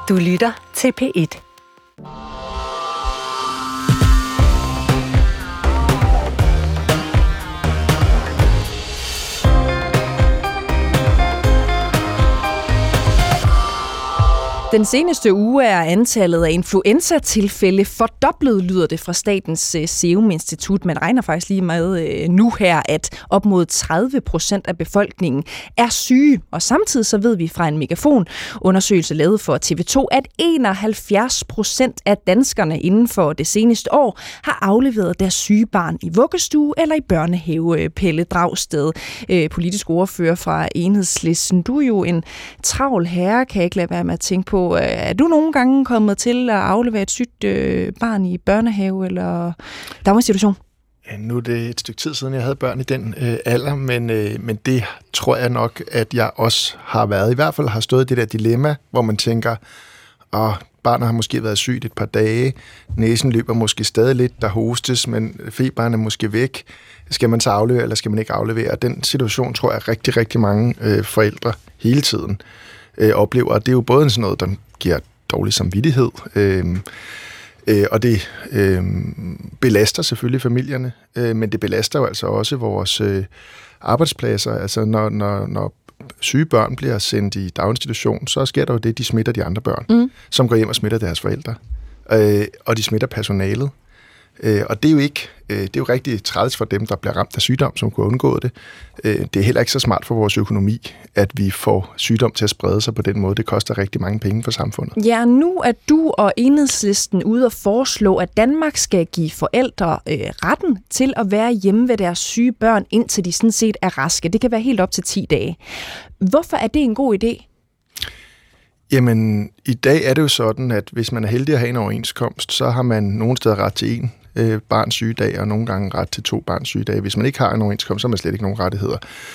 Du lytter til P1. Den seneste uge er antallet af influenzatilfælde fordoblet, lyder det fra Statens Serum Institut. Man regner faktisk lige med nu her, at op mod 30% af befolkningen er syge. Og samtidig så ved vi fra en Megafon-undersøgelse lavet for TV2, at 71% af danskerne inden for det seneste år har afleveret deres syge barn i vuggestue eller i børnehave. Pelle Dragsted, politisk ordfører fra Enhedslisten. Du er jo en travl herre, kan jeg ikke lade være med at tænke på. Er du nogle gange kommet til at aflevere et sygt barn i børnehave eller daginstitution? Ja, nu er det et stykke tid siden, jeg havde børn i den alder, men det tror jeg nok, at jeg også har været. I hvert fald har stået i det der dilemma, hvor man tænker, barnet har måske været sygt et par dage, næsen løber måske stadig lidt, der hostes, men feberen er måske væk. Skal man så aflevere, eller skal man ikke aflevere? Den situation tror jeg rigtig, rigtig mange forældre hele tiden oplever, og det er jo både sådan noget, der giver dårlig samvittighed, og det belaster selvfølgelig familierne, men det belaster jo altså også vores arbejdspladser. Altså når syge børn bliver sendt i daginstitution, så sker der jo det, de smitter de andre børn, som går hjem og smitter deres forældre, og de smitter personalet. Og det er jo ikke, det er jo rigtig træls for dem, der bliver ramt af sygdom, som kunne undgå det. Det er heller ikke så smart for vores økonomi, at vi får sygdom til at sprede sig på den måde. Det koster rigtig mange penge for samfundet. Ja, nu er du og Enhedslisten ude at foreslå, at Danmark skal give forældre retten til at være hjemme ved deres syge børn, indtil de sådan set er raske. Det kan være helt op til 10 dage. Hvorfor er det en god idé? Jamen, i dag er det jo sådan, at hvis man er heldig at have en overenskomst, så har man nogle steder ret til 1 barns sygedag, og nogle gange ret til 2 barns sygedage. Hvis man ikke har en overenskomst, så har man slet ikke nogen rettigheder.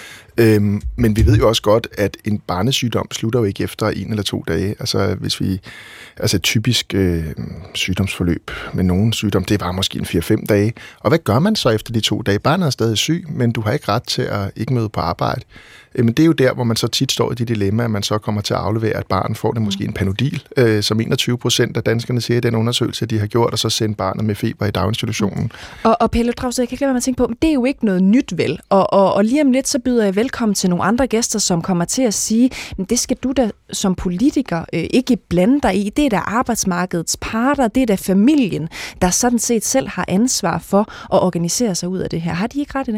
Men vi ved jo også godt, at en barnesygdom slutter jo ikke efter 1 eller 2 dage. Altså hvis vi, et typisk sygdomsforløb med nogen sygdom, det er bare måske en 4-5 dage. Og hvad gør man så efter de 2 dage? Barnet er stadig syg, men du har ikke ret til at ikke møde på arbejde. Men det er jo der, hvor man så tit står i de dilemmaer, at man så kommer til at aflevere, at barnet får det måske en Panodil, som 21% af danskerne siger i den undersøgelse, de har gjort, og så sende barnet med feber i daginstitutionen. Og Pelle Dragsted, jeg kan ikke lade være med at tænke på, det er jo ikke noget nyt vel, og lige om lidt, så byder jeg velkommen til nogle andre gæster, som kommer til at sige, det skal du da som politiker ikke blande dig i, det er da arbejdsmarkedets parter, det er da familien, der sådan set selv har ansvar for at organisere sig ud af det her. Har de ikke ret i det?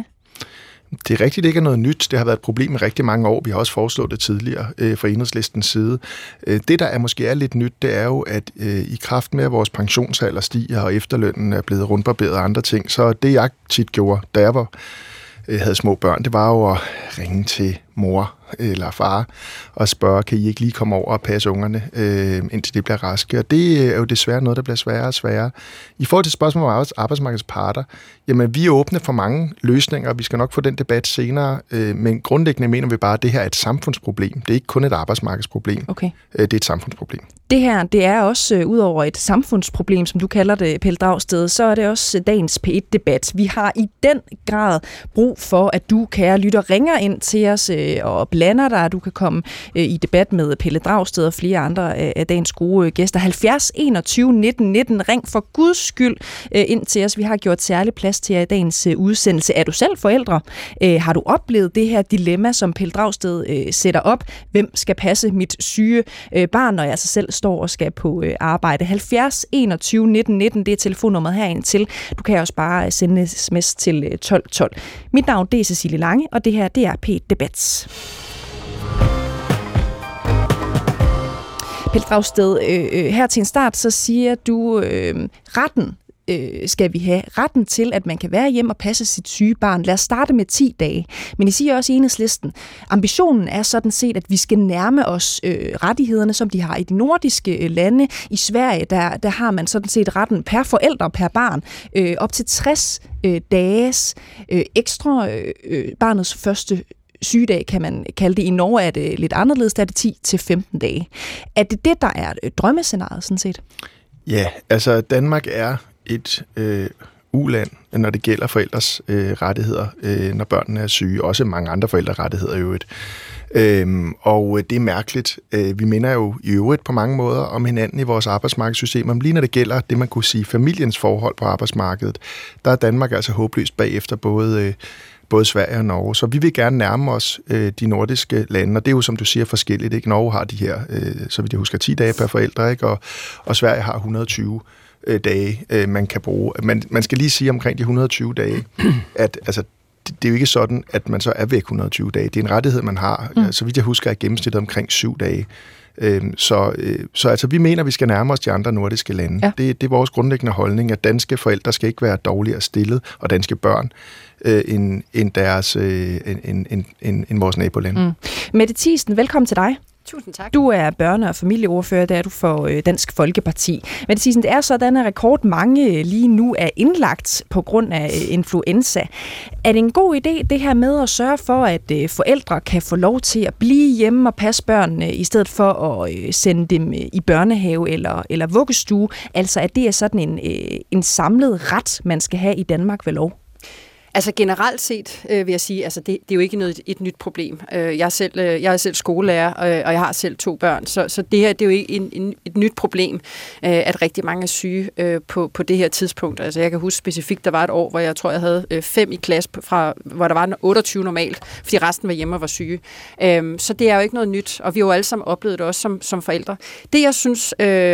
Det er rigtigt, det ikke er noget nyt. Det har været et problem i rigtig mange år. Vi har også foreslået det tidligere fra Enhedslistens side. Det, der måske er lidt nyt, det er jo, at i kraft med, at vores pensionsalder stiger, og efterlønnen er blevet rundbarberet og andre ting, så det, jeg tit gjorde, da jeg havde små børn, det var jo at ringe til mor eller far og spørge, kan I ikke lige komme over og passe ungerne, indtil de bliver raske? Og det er jo desværre noget, der bliver sværere og sværere. I forhold til spørgsmål om arbejdsmarkedets parter, jamen vi er åbne for mange løsninger, og vi skal nok få den debat senere, men grundlæggende mener vi bare, at det her er et samfundsproblem. Det er ikke kun et arbejdsmarkedsproblem. Okay. Det er et samfundsproblem. Det her, det er også ud over et samfundsproblem, som du kalder det, Pelle Dragsted, så er det også dagens P1-debat. Vi har i den grad brug for, at du, kære lytter, ringer ind til os og blander dig. Du kan komme i debat med Pelle Dragsted og flere andre af dagens gode gæster. 70 21 19 19. Ring for Guds skyld ind til os. Vi har gjort særlig plads til jer i dagens udsendelse. Er du selv forældre? Har du oplevet det her dilemma, som Pelle Dragsted sætter op? Hvem skal passe mit syge barn, når jeg altså selv står og skal på arbejde? 70 21 19 19, det er telefonnummeret herind til. Du kan også bare sende sms til 1212. Mit navn, det er Cecilie Lange, og det her, det er P1-debat. Pelle Dragsted, her til en start, så siger du, retten skal vi have. Retten til, at man kan være hjemme og passe sit syge barn. Lad os starte med 10 dage. Men I siger også i Enhedslisten, ambitionen er sådan set, at vi skal nærme os rettighederne, som de har i de nordiske lande. I Sverige, der har man sådan set retten per forælder, per barn, op til 60 dages ekstra barnets første sygedag, kan man kalde det. I Norge er det lidt anderledes, der er det 10-15 dage. Er det det, der er drømmescenariet, sådan set? Ja, altså Danmark er et uland, når det gælder forældres rettigheder, når børnene er syge. Også mange andre forældrerettigheder i øvrigt. Og det er mærkeligt. Vi minder jo i øvrigt på mange måder om hinanden i vores arbejdsmarkedssystem. Men lige når det gælder det, man kunne sige familiens forhold på arbejdsmarkedet, der er Danmark altså håbløst bagefter både Sverige og Norge. Så vi vil gerne nærme os de nordiske lande, og det er jo, som du siger, forskelligt. Ikke? Norge har de her, så vidt jeg husker, 10 dage per forældre, ikke? Og Sverige har 120 dage, man kan bruge. Man skal lige sige omkring de 120 dage, at altså, det er jo ikke sådan, at man så er væk 120 dage. Det er en rettighed, man har. Så vidt jeg husker, er gennemsnittet omkring 7 dage. Så altså, vi mener, at vi skal nærme os de andre nordiske lande. Ja. Det er vores grundlæggende holdning, at danske forældre skal ikke være dårligere stillet, og danske børn, end vores nabolande. Mette Thiesen, velkommen til dig. Tusind tak. Du er børne- og familieordfører, der er du for Dansk Folkeparti. Mette Thiesen, det er sådan, at rekordmange lige nu er indlagt på grund af influenza. Er det en god idé, det her med at sørge for, at forældre kan få lov til at blive hjemme og passe børnene, i stedet for at sende dem i børnehave eller vuggestue? Altså, at det er sådan en samlet ret, man skal have i Danmark ved lov? Altså generelt set vil jeg sige, altså det er jo ikke et nyt problem. Jeg er selv skolelærer, og jeg har selv 2 børn, så det her, det er jo ikke et nyt problem, at rigtig mange er syge på det her tidspunkt. Altså jeg kan huske specifikt, der var et år, hvor jeg tror, jeg havde 5 i klasse, hvor der var 28 normalt, fordi resten var hjemme og var syge. Så det er jo ikke noget nyt, og vi har jo alle sammen oplevet det også som forældre. Det jeg synes,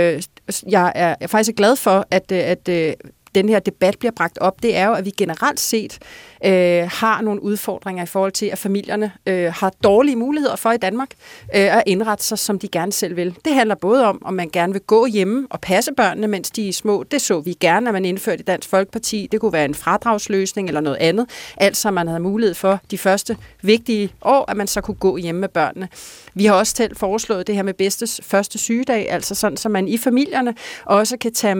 jeg er faktisk glad for, at den her debat bliver bragt op, det er jo, at vi generelt set har nogle udfordringer i forhold til, at familierne har dårlige muligheder for i Danmark at indrette sig, som de gerne selv vil. Det handler både om man gerne vil gå hjemme og passe børnene, mens de er små. Det så vi gerne, at man indførte i Dansk Folkeparti. Det kunne være en fradragsløsning eller noget andet. Altså, man havde mulighed for de første vigtige år, at man så kunne gå hjemme med børnene. Vi har også selv foreslået det her med bedstes første sygedag, altså sådan, så man i familierne også kan tage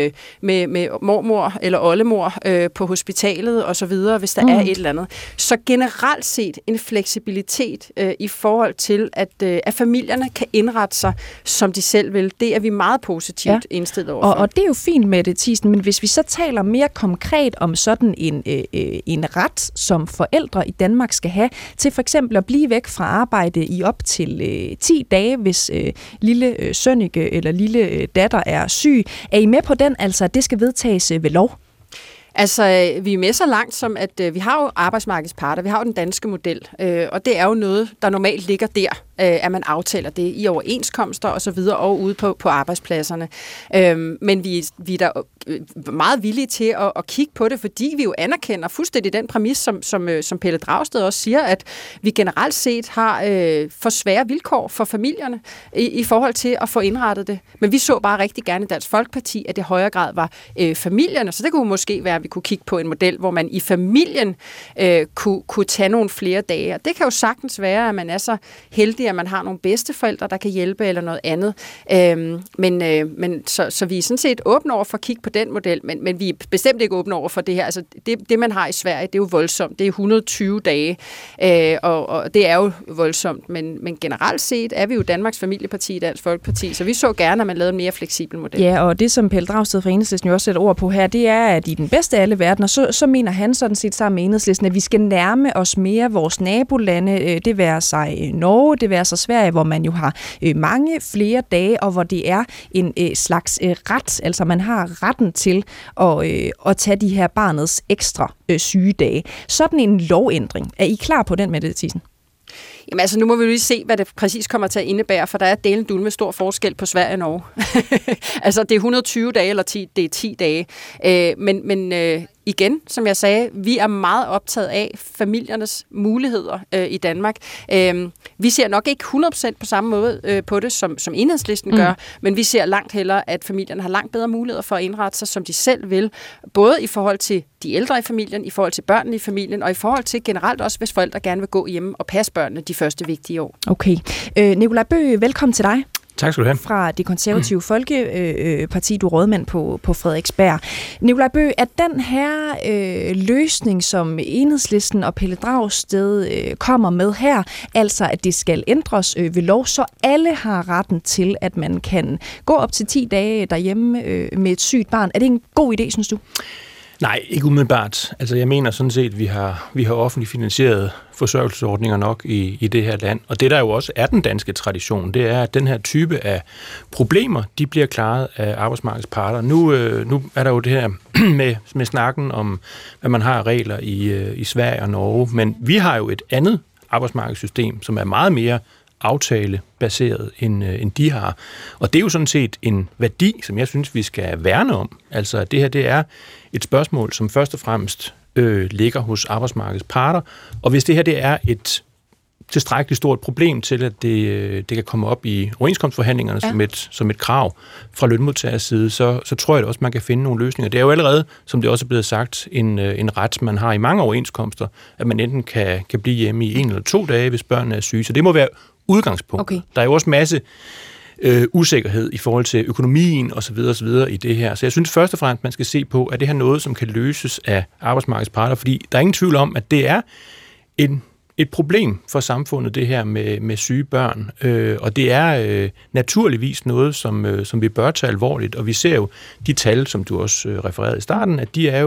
med mormor eller oldemor på hospitalet og så videre, hvis der er et eller andet. Så generelt set en fleksibilitet i forhold til, at familierne kan indrette sig, som de selv vil. Det er vi meget positivt indstillet overfor. Og det er jo fint med det, Thiesen, men hvis vi så taler mere konkret om sådan en ret, som forældre i Danmark skal have, til for eksempel at blive væk fra arbejde i op til 10 dage, hvis lille Sønneke eller lille datter er syg. Er I med på den, altså at det skal vedtages ved lov? Altså, vi er med så langt som, at vi har jo arbejdsmarkedsparter, vi har jo den danske model, og det er jo noget, der normalt ligger der, at man aftaler det i overenskomster og så videre, og ude på arbejdspladserne. Men vi er da meget villige til at kigge på det, fordi vi jo anerkender fuldstændig den præmis, som Pelle Dragsted også siger, at vi generelt set har for svære vilkår for familierne i forhold til at få indrettet det. Men vi så bare rigtig gerne i Dansk Folkeparti, at det i højere grad var familierne, så det kunne måske være, at vi kunne kigge på en model, hvor man i familien kunne tage nogle flere dage. Og det kan jo sagtens være, at man er så heldig, at man har nogle bedsteforældre, der kan hjælpe eller noget andet. Så vi er sådan set åbne over for at kigge på den model, men vi er bestemt ikke åbne over for det her. Altså det man har i Sverige, det er jo voldsomt. Det er 120 dage, og det er jo voldsomt. Men generelt set er vi jo Danmarks Familieparti, Dansk Folkeparti, så vi så gerne, at man lavede en mere fleksibel model. Ja, og det som Pelle Dragsted fra Enhedslisten jo også sætter ord på her, det er, at i den bedste af alle verdener, så mener han sådan set sammen med Enhedslisten, at vi skal nærme os mere vores nabolande. Det være sig Norge, det være sig Sverige, hvor man jo har mange flere dage, og hvor det er en slags ret, altså man har retten til at tage de her barnets ekstra sygedage. Sådan en lovændring. Er I klar på den, Mette Thiesen? Jamen altså, nu må vi lige se, hvad det præcis kommer til at indebære, for der er delen dul med stor forskel på Sverige og Norge. Altså, det er 120 dage, eller det er 10 dage. Men igen, som jeg sagde, vi er meget optaget af familiernes muligheder i Danmark. Vi ser nok ikke 100% på samme måde på det, som Enhedslisten gør, men vi ser langt hellere, at familierne har langt bedre muligheder for at indrette sig, som de selv vil, både i forhold til de ældre i familien, i forhold til børnene i familien, og i forhold til generelt også, hvis forældre gerne vil gå hjemme og passe børnene de første vigtige år. Okay. Nikolaj Bøgh, velkommen til dig. Tak skal du have. Fra Det Konservative Folkeparti, du er rådmand på Frederiksberg. Nikolaj Bøgh, er den her løsning, som Enhedslisten og Pelle Dragsted kommer med her, altså at det skal ændres ved lov, så alle har retten til, at man kan gå op til 10 dage derhjemme med et sygt barn. Er det en god idé, synes du? Nej, ikke umiddelbart. Altså jeg mener sådan set, at vi har offentligt finansieret forsørgelsesordninger nok i det her land. Og det der jo også er den danske tradition, det er, at den her type af problemer, de bliver klaret af arbejdsmarkedets parter. Nu er der jo det her med snakken om, hvad man har regler i Sverige og Norge, men vi har jo et andet arbejdsmarkedssystem, som er meget mere aftalebaseret, end de har. Og det er jo sådan set en værdi, som jeg synes, vi skal værne om. Altså, det her, det er et spørgsmål, som først og fremmest ligger hos arbejdsmarkedets parter. Og hvis det her, det er et tilstrækkeligt stort problem til, at det kan komme op i overenskomstforhandlingerne som et krav fra lønmodtagers side, så tror jeg også, man kan finde nogle løsninger. Det er jo allerede, som det også er blevet sagt, en ret, man har i mange overenskomster, at man enten kan blive hjemme i 1 eller 2 dage, hvis børnene er syge. Så det må være udgangspunkt. Okay. Der er jo også masse usikkerhed i forhold til økonomien osv. i det her. Så jeg synes først og fremmest, man skal se på, at det her noget, som kan løses af arbejdsmarkedets parter, fordi der er ingen tvivl om, at det er et problem for samfundet, det her med syge børn. Og det er naturligvis noget, som vi bør tage alvorligt. Og vi ser jo de tal, som du også refererede i starten, at det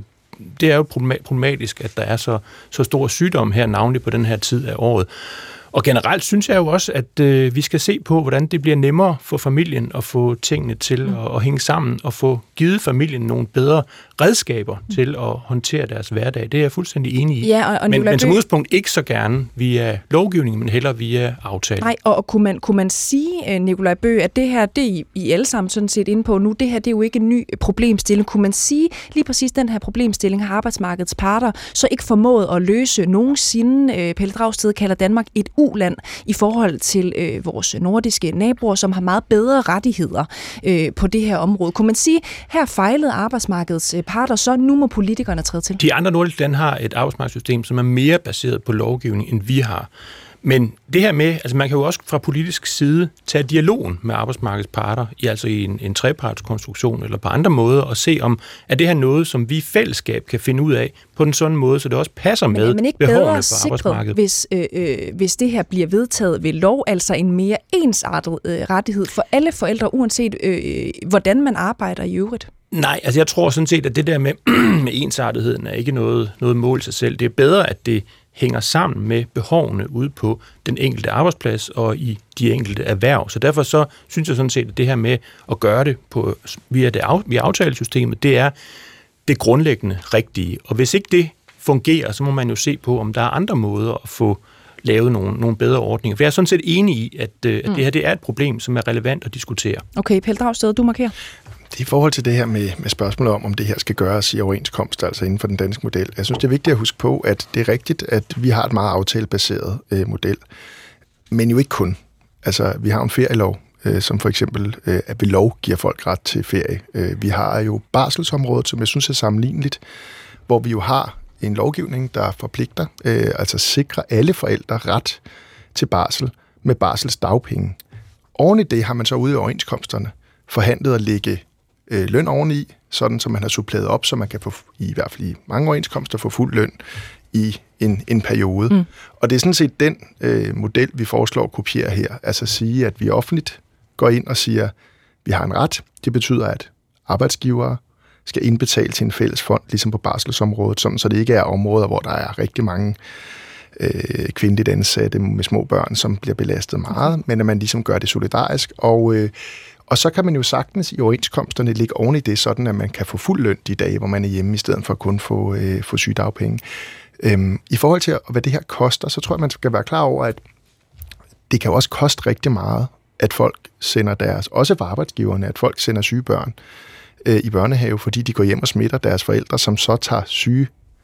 er jo problematisk, at der er så stor sygdom her, navnlig på den her tid af året. Og generelt synes jeg jo også, at vi skal se på, hvordan det bliver nemmere for familien at få tingene til at hænge sammen, og få givet familien nogle bedre redskaber til at håndtere deres hverdag. Det er jeg fuldstændig enig i. Ja, og men som udgangspunkt ikke så gerne via lovgivning, men hellere via aftale. Nej, og kunne man sige, Nikolaj Bøgh, at det her, det I alle sammen sådan set inde på nu, det her, det er jo ikke en ny problemstilling. Kunne man sige, lige præcis den her problemstilling har arbejdsmarkedets parter så ikke formået at løse nogensinde? Pelle Dragsted kalder Danmark et u-land i forhold til vores nordiske naboer, som har meget bedre rettigheder på det her område. Kunne man sige, her fejlede arbejdsmarkedets parter, så nu må politikerne træde til? De andre nordiske lande har et arbejdsmarkedssystem, som er mere baseret på lovgivning, end vi har. Men det her med, altså man kan jo også fra politisk side tage dialogen med arbejdsmarkedets parter, altså i en trepartskonstruktion eller på andre måder, og se om, er det her noget, som vi i fællesskab kan finde ud af på en sådan måde, så det også passer med behovene for arbejdsmarkedet. Hvis det her bliver vedtaget ved lov, altså en mere ensartet rettighed for alle forældre, uanset hvordan man arbejder i øvrigt? Nej, altså jeg tror sådan set, at det der med ensartetheden er ikke noget mål i sig selv. Det er bedre, at det hænger sammen med behovene ude på den enkelte arbejdsplads og i de enkelte erhverv. Så derfor så synes jeg sådan set, at det her med at gøre det via aftalesystemet, det er det grundlæggende rigtige. Og hvis ikke det fungerer, så må man jo se på, om der er andre måder at få lavet nogle bedre ordninger. For jeg er sådan set enig i, at det her det er et problem, som er relevant at diskutere. Okay, Pelle Dragsted, du markerer. I forhold til det her med spørgsmålet om det her skal gøres i overenskomst, altså inden for den danske model. Jeg synes, det er vigtigt at huske på, at det er rigtigt, at vi har et meget aftalebaseret model. Men jo ikke kun. Altså, vi har en ferielov, som for eksempel at ved lov giver folk ret til ferie. Vi har jo barselsområdet, som jeg synes er sammenligneligt, hvor vi jo har en lovgivning, der forpligter, altså sikrer alle forældre ret til barsel med barselsdagpenge. Oven i det har man så ude i overenskomsterne forhandlet at lægge løn oveni, sådan som man har suppleret op, så man kan få, i hvert fald i mange overenskomster, få fuld løn i en periode. Og det er sådan set den model, vi foreslår at kopiere her. Altså sige, at vi offentligt går ind og siger, at vi har en ret. Det betyder, at arbejdsgivere skal indbetale til en fælles fond, ligesom på barselsområdet, sådan, så det ikke er områder, hvor der er rigtig mange kvindeligt ansatte med små børn, som bliver belastet meget, men at man ligesom gør det solidarisk. Og så kan man jo sagtens i overenskomsterne ligge oven i det, sådan at man kan få fuld løn de dage, hvor man er hjemme, i stedet for kun få sygedagpenge. I forhold til, hvad det her koster, så tror jeg, man skal være klar over, at det kan også koste rigtig meget, at folk sender også for arbejdsgiverne, at folk sender syge børn i børnehave, fordi de går hjem og smitter deres forældre, som så tager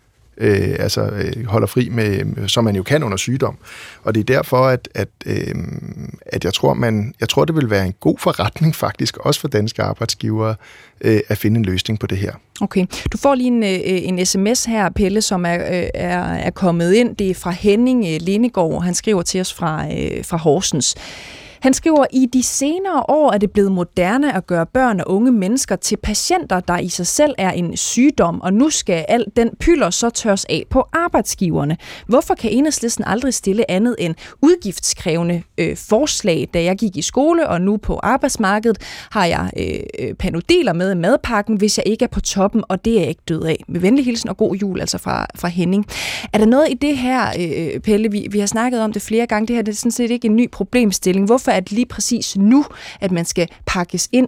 holder fri med, som man jo kan under sygdom. Og det er derfor, at jeg tror, det vil være en god forretning faktisk, også for danske arbejdsgivere, at finde en løsning på det her. Okay. Du får lige en sms her, Pelle, som er kommet ind. Det er fra Henning Lindegård. Han skriver til os fra Horsens. Han skriver, i de senere år er det blevet moderne at gøre børn og unge mennesker til patienter, der i sig selv er en sygdom, og nu skal al den pylder så tørres af på arbejdsgiverne. Hvorfor kan Enhedslisten aldrig stille andet end udgiftskrævende forslag? Da jeg gik i skole, og nu på arbejdsmarkedet, har jeg Panodiler med i madpakken, hvis jeg ikke er på toppen, og det er jeg ikke død af. Med venlig hilsen og god jul, altså fra Henning. Er der noget i det her, Pelle? Vi har snakket om det flere gange. Det her det er sådan set ikke en ny problemstilling. Hvorfor er det lige præcis nu, at man skal pakkes ind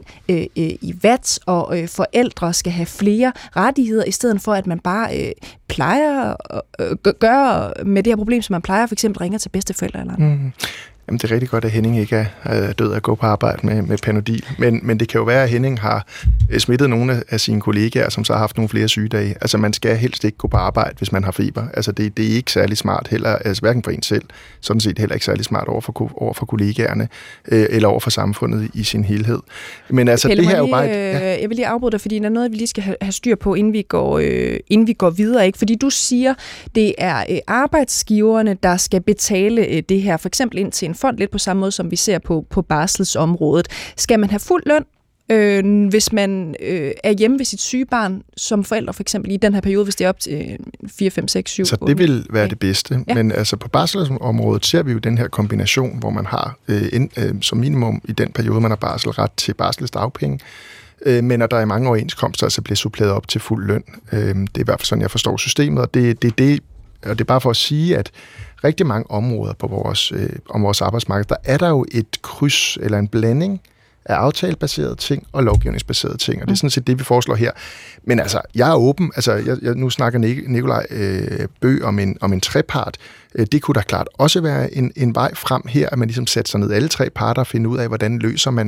i VAT, og forældre skal have flere rettigheder, i stedet for, at man bare plejer at gøre med det her problem, som man plejer, for eksempel ringer til bedsteforældre eller andet? Jamen, det er rigtig godt, at Henning ikke er død at gå på arbejde med Panodil. Men det kan jo være, at Henning har smittet nogle af sine kollegaer, som så har haft nogle flere sygedage. Altså, man skal helst ikke gå på arbejde, hvis man har feber. Altså, det er ikke særlig smart heller, altså hverken for en selv, sådan set heller ikke særlig smart over for kollegaerne, eller over for samfundet i sin helhed. Men altså, Pelle, det her er jo bare... Jeg vil lige afbryde dig, fordi der er noget, vi lige skal have styr på, inden vi går videre. Ikke? Fordi du siger, det er arbejdsgiverne, der skal betale det her, for eksempel ind til en fond, lidt på samme måde, som vi ser på barselsområdet. Skal man have fuld løn, hvis man er hjemme ved sit syge barn som forældre, for eksempel i den her periode, hvis det er op til 4, 5, 6, 7, Så 8, det vil være det bedste. Ja. Men altså på barselsområdet ser vi jo den her kombination, hvor man har som minimum i den periode, man har barsel, ret til barselsdagpenge, men at der i mange overenskomster altså bliver suppleret op til fuld løn. Det er i hvert fald sådan, jeg forstår systemet, og det er bare for at sige, at rigtig mange områder på vores arbejdsmarked, der er der jo et kryds eller en blanding af aftalebaserede ting og lovgivningsbaserede ting, og det er sådan set det, vi foreslår her. Men altså, jeg er åben. Altså, jeg nu snakker Nikolaj Bø om en trepart. Det kunne da klart også være en vej frem her, at man ligesom sætter sig ned alle tre parter og finder ud af, hvordan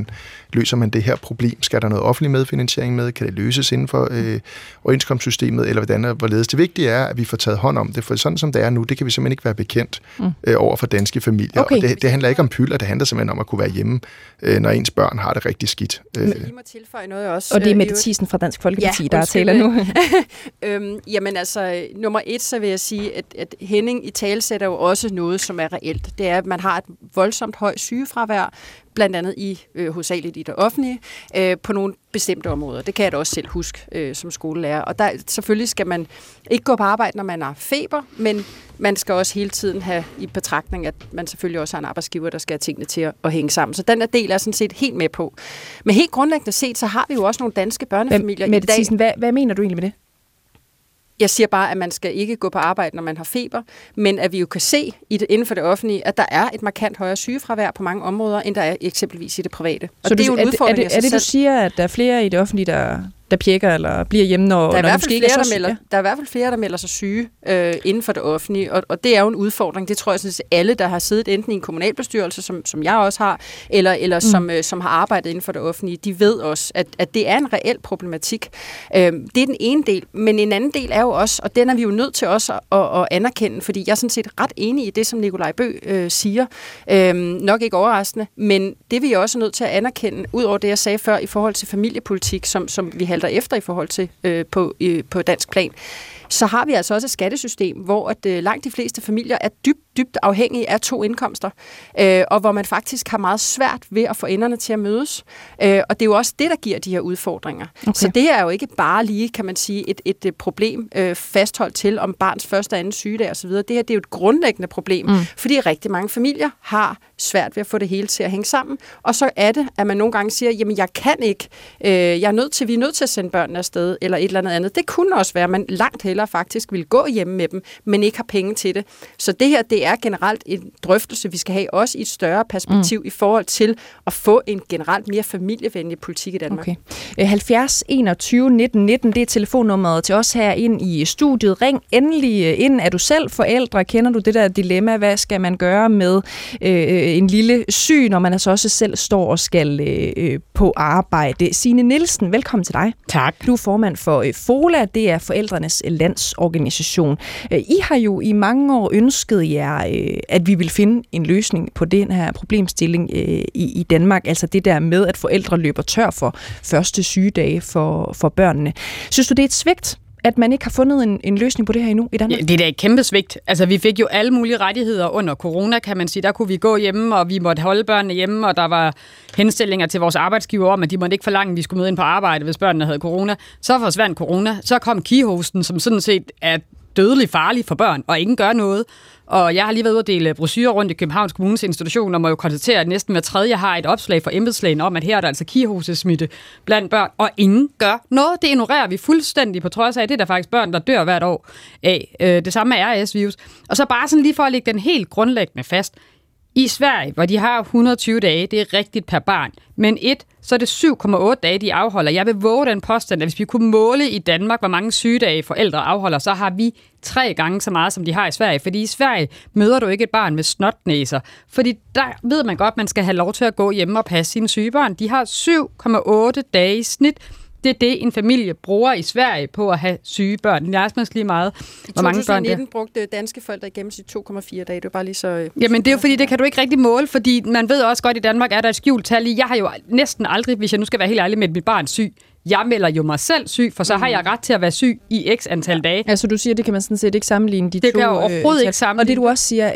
løser man det her problem. Skal der noget offentlig medfinansiering med? Kan det løses inden for overenskomstsystemet, eller hvordan og hvorledes? Det vigtige er, at vi får taget hånd om det, for sådan som det er nu, det kan vi simpelthen ikke være bekendt over for danske familier. Okay. Og det handler ikke om pylder, det handler simpelthen om at kunne være hjemme, når ens børn har det rigtig skidt. Jeg må tilføje noget også. Og det er Mette Thiesen fra Dansk Folkeparti, der taler nu. Jamen altså, nummer 1, så vil jeg sige, at Henning i tale sætter jo også noget, som er reelt. Det er, at man har et voldsomt højt sygefravær, blandt andet hovedsageligt i det offentlige, på nogle bestemte områder. Det kan jeg da også selv huske som skolelærer. Og der selvfølgelig skal man ikke gå på arbejde, når man har feber, men man skal også hele tiden have i betragtning, at man selvfølgelig også har en arbejdsgiver, der skal have tingene til at hænge sammen. Så den der del er sådan set helt med på. Men helt grundlæggende set, så har vi jo også nogle danske børnefamilier i dag. Hvad mener du egentlig med det? Jeg siger bare, at man skal ikke gå på arbejde, når man har feber, men at vi jo kan se inden for det offentlige, at der er et markant højere sygefravær på mange områder, end der er eksempelvis i det private. Og så det er jo en udfordring er det, du siger, at der er flere i det offentlige, der pjekker eller bliver hjemme, når der er måske ikke er så syge? Der er i hvert fald flere, der melder sig syge inden for det offentlige, og det er jo en udfordring. Det tror jeg sådan, at alle, der har siddet enten i en kommunalbestyrelse, som jeg også har, eller som har arbejdet inden for det offentlige, de ved også, at det er en reel problematik. Det er den ene del, men en anden del er jo også, og den er vi jo nødt til også at anerkende, fordi jeg er sådan set ret enig i det, som Nikolaj Bø siger. Nok ikke overraskende, men det vi er også nødt til at anerkende, ud over det, jeg sagde før, i forhold til familiepolitik, som vi halter efter i forhold til på dansk plan, så har vi altså også et skattesystem, hvor at langt de fleste familier er dybt afhængige af 2 indkomster, og hvor man faktisk har meget svært ved at få enderne til at mødes. Og det er jo også det, der giver de her udfordringer. Okay. Så det er jo ikke bare lige, kan man sige, et problem fastholdt til om barns første og anden sygedag osv. Det her, det er jo et grundlæggende problem, fordi rigtig mange familier har svært ved at få det hele til at hænge sammen. Og så er det, at man nogle gange siger, jamen jeg kan ikke, vi er nødt til at sende børnene afsted, eller et eller andet. Det kunne også være, at man langt hellere faktisk vil gå hjemme med dem, men ikke har penge til det. Så det her, det er generelt en drøftelse, vi skal have også i et større perspektiv i forhold til at få en generelt mere familievenlig politik i Danmark. Okay. 70 21 19 19, det er telefonnummeret til os her ind i studiet. Ring endelig ind. Er du selv forældre? Kender du det der dilemma? Hvad skal man gøre med en lille syg, når man altså også selv står og skal på arbejde? Signe Nielsen, velkommen til dig. Tak. Du er formand for FOLA, det er Forældrenes Landsorganisation. I har jo i mange år ønsket jer, at vi vil finde en løsning på den her problemstilling i Danmark, altså det der med, at forældre løber tør for første sygedage for børnene. Synes du, det er et svigt, at man ikke har fundet en løsning på det her endnu i Danmark? Ja, det er da et kæmpe svigt. Altså, vi fik jo alle mulige rettigheder under corona, kan man sige. Der kunne vi gå hjemme, og vi måtte holde børnene hjemme, og der var henstillinger til vores arbejdsgiver om, at de måtte ikke forlange, at vi skulle møde ind på arbejde, hvis børnene havde corona. Så forsvandt corona. Så kom kihosten, som sådan set er dødelig farlig for børn, og ingen gør noget. Og jeg har lige været ude at dele brochurer rundt i Københavns Kommunes institution, og må jo konstatere, at næsten hver tredje har et opslag fra embedslægen om, at her er der altså kihostesmitte blandt børn, og ingen gør noget. Det ignorerer vi fuldstændig på trods af, det er der faktisk børn, der dør hvert år af. Det samme med RS-virus. Og så bare sådan lige for at lægge den helt grundlæggende fast. I Sverige, hvor de har 120 dage, det er rigtigt per barn. Men så er det 7,8 dage, de afholder. Jeg vil våge den påstand, at hvis vi kunne måle i Danmark, hvor mange sygedage forældre afholder, så har vi 3 gange så meget, som de har i Sverige. Fordi i Sverige møder du ikke et barn med snotnæser. Fordi der ved man godt, at man skal have lov til at gå hjemme og passe sine syge børn. De har 7,8 dage i snit. Det er det, en familie bruger i Sverige på at have syge børn. Det er næsten lige meget, hvor mange børn det er. I 2019 brugte danske forældre i gennemsnit 2,4 dage. Det er bare lige så... Jamen, det er jo fordi, det kan du ikke rigtig måle, fordi man ved også godt, i Danmark er der et skjult tal i. Jeg har jo næsten aldrig, hvis jeg nu skal være helt ærlig med mit barn syg, jeg melder jo mig selv syg, for så har jeg ret til at være syg i x antal dage. Altså du siger, det kan man sådan set ikke sammenligne de to. Det kan jo overhovedet ikke sammenligne. Og det du også siger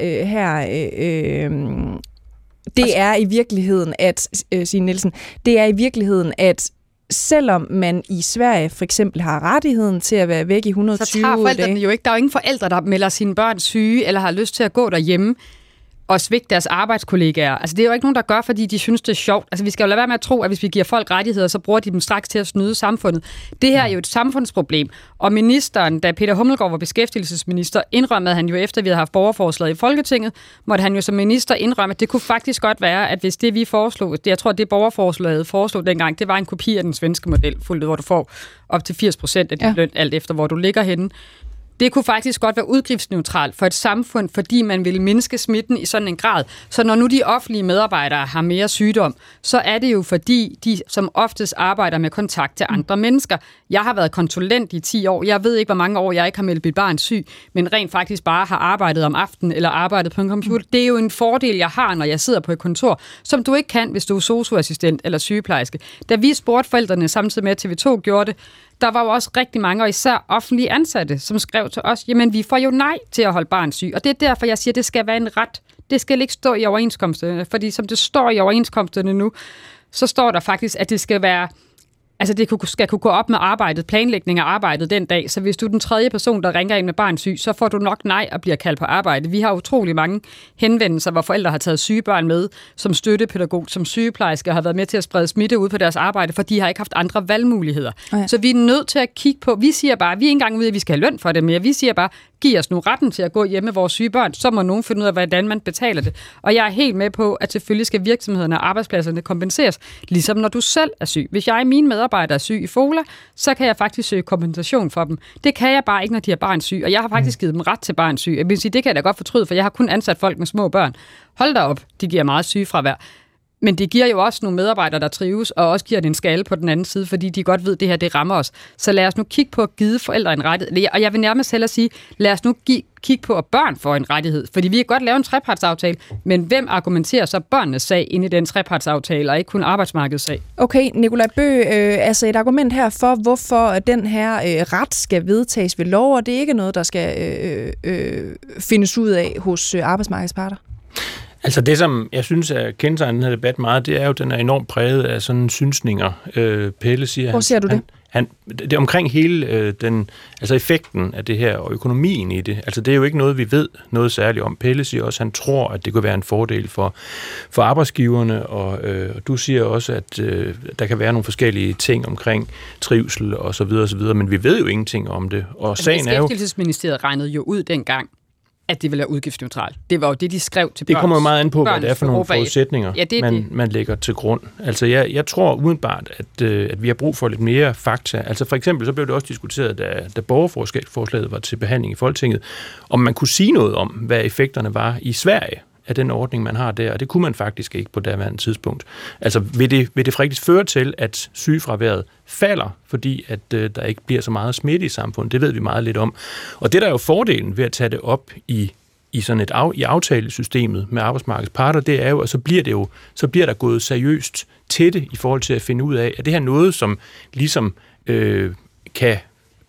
det er i virkeligheden, at Signe Nielsen, det er i virkeligheden, at selvom man i Sverige for eksempel har rettigheden til at være væk i 120 dage. Så tager forældrene jo ikke. Der er jo ingen forældre, der melder sine børn syge, eller har lyst til at gå derhjemme og svigte deres arbejdskollegaer. Altså, det er jo ikke nogen, der gør, fordi de synes, det er sjovt. Altså, vi skal jo lade være med at tro, at hvis vi giver folk rettigheder, så bruger de dem straks til at snyde samfundet. Det her er jo et samfundsproblem. Og ministeren, da Peter Hummelgaard var beskæftigelsesminister, indrømmede han jo efter, vi havde haft borgerforslaget i Folketinget, måtte han jo som minister indrømme, at det kunne faktisk godt være, at hvis det vi foreslog, jeg tror, det borgerforslaget foreslog dengang, det var en kopi af den svenske model, fuldt, hvor du får op til 80% af din løn, alt efter hvor du ligger henne. Det kunne faktisk godt være udgiftsneutralt for et samfund, fordi man vil mindske smitten i sådan en grad. Så når nu de offentlige medarbejdere har mere sygdom, så er det jo fordi, de som oftest arbejder med kontakt til andre mennesker. Jeg har været konsulent i 10 år. Jeg ved ikke, hvor mange år jeg ikke har meldt mit barn syg, men rent faktisk bare har arbejdet om aftenen eller arbejdet på en computer. Det er jo en fordel, jeg har, når jeg sidder på et kontor, som du ikke kan, hvis du er sosu-assistent eller sygeplejerske. Da vi spurgte forældrene samtidig med, at TV2 gjorde det, der var jo også rigtig mange, og især offentlige ansatte, som skrev til os, jamen vi får jo nej til at holde barn syg. Og det er derfor, jeg siger, at det skal være en ret. Det skal ikke stå i overenskomsterne, fordi som det står i overenskomsterne nu, så står der faktisk, at det skal være... Altså, det skal kunne gå op med arbejdet, planlægning af arbejdet den dag. Så hvis du er den tredje person, der ringer ind med barn syg, så får du nok nej og bliver kaldt på arbejde. Vi har utrolig mange henvendelser, hvor forældre har taget syge børn med som støttepædagog, som sygeplejersker har været med til at sprede smitte ud på deres arbejde, for de har ikke haft andre valgmuligheder. Okay. Så vi er nødt til at kigge på, vi siger bare, vi er ikke engang ude, at vi skal have løn for det mere. Vi siger bare, giv os nu retten til at gå hjem med vores syge børn, så må nogen finde ud af, hvordan man betaler det. Og jeg er helt med på, at selvfølgelig skal virksomhederne og arbejdspladserne kompenseres, ligesom når du selv er syg. Hvis jeg er mine medarbejdere er syg i Fola, så kan jeg faktisk søge kompensation for dem. Det kan jeg bare ikke, når de har barn syg, og jeg har faktisk givet dem ret til barn syg. Jeg vil sige, det kan jeg da godt fortryde, for jeg har kun ansat folk med små børn. Hold da op, de giver meget sygefravær. Men det giver jo også nogle medarbejdere, der trives, og også giver det en skalle på den anden side, fordi de godt ved, at det her det rammer os. Så lad os nu kigge på at give forældre en rettighed. Og jeg vil nærmest hellere sige, lad os nu kigge på, at børn får en rettighed. Fordi vi kan godt lave en trepartsaftale, men hvem argumenterer så børnenes sag inde i den trepartsaftale, og ikke kun arbejdsmarkedets sag? Okay, Nikolaj Bøgh, altså et argument her for, hvorfor den her ret skal vedtages ved lov, og det er ikke noget, der skal findes ud af hos arbejdsmarkedets parter. Altså det, som jeg synes er kendetegnet den her debat meget, det er jo, den er enormt præget af sådan synsninger. Pelle siger... Hvor ser du det? Det er omkring hele altså effekten af det her, og økonomien i det. Altså det er jo ikke noget, vi ved noget særligt om. Pelle siger også, at han tror, at det kunne være en fordel for arbejdsgiverne, og du siger også, at der kan være nogle forskellige ting omkring trivsel og så videre, men vi ved jo ingenting om det. Og altså, sagen er jo... Beskæftigelsesministeriet regnede jo ud dengang, at det ville være udgiftsneutralt. Det var jo det, de skrev til børn. Det kommer jo meget an på, hvad det er for nogle forudsætninger, man lægger til grund. Altså, jeg tror umiddelbart, at vi har brug for lidt mere fakta. Altså, for eksempel, så blev det også diskuteret, da borgerforslaget var til behandling i Folketinget, om man kunne sige noget om, hvad effekterne var i Sverige af den ordning, man har der, og det kunne man faktisk ikke på daværende tidspunkt. Altså, vil det faktisk føre til, at sygefraværet falder, fordi at der ikke bliver så meget smitte i samfundet? Det ved vi meget lidt om. Og det der er jo fordelen ved at tage det op i sådan i aftalesystemet med arbejdsmarkedets parter, det er jo, at så bliver der gået seriøst til det i forhold til at finde ud af, at det her noget, som ligesom kan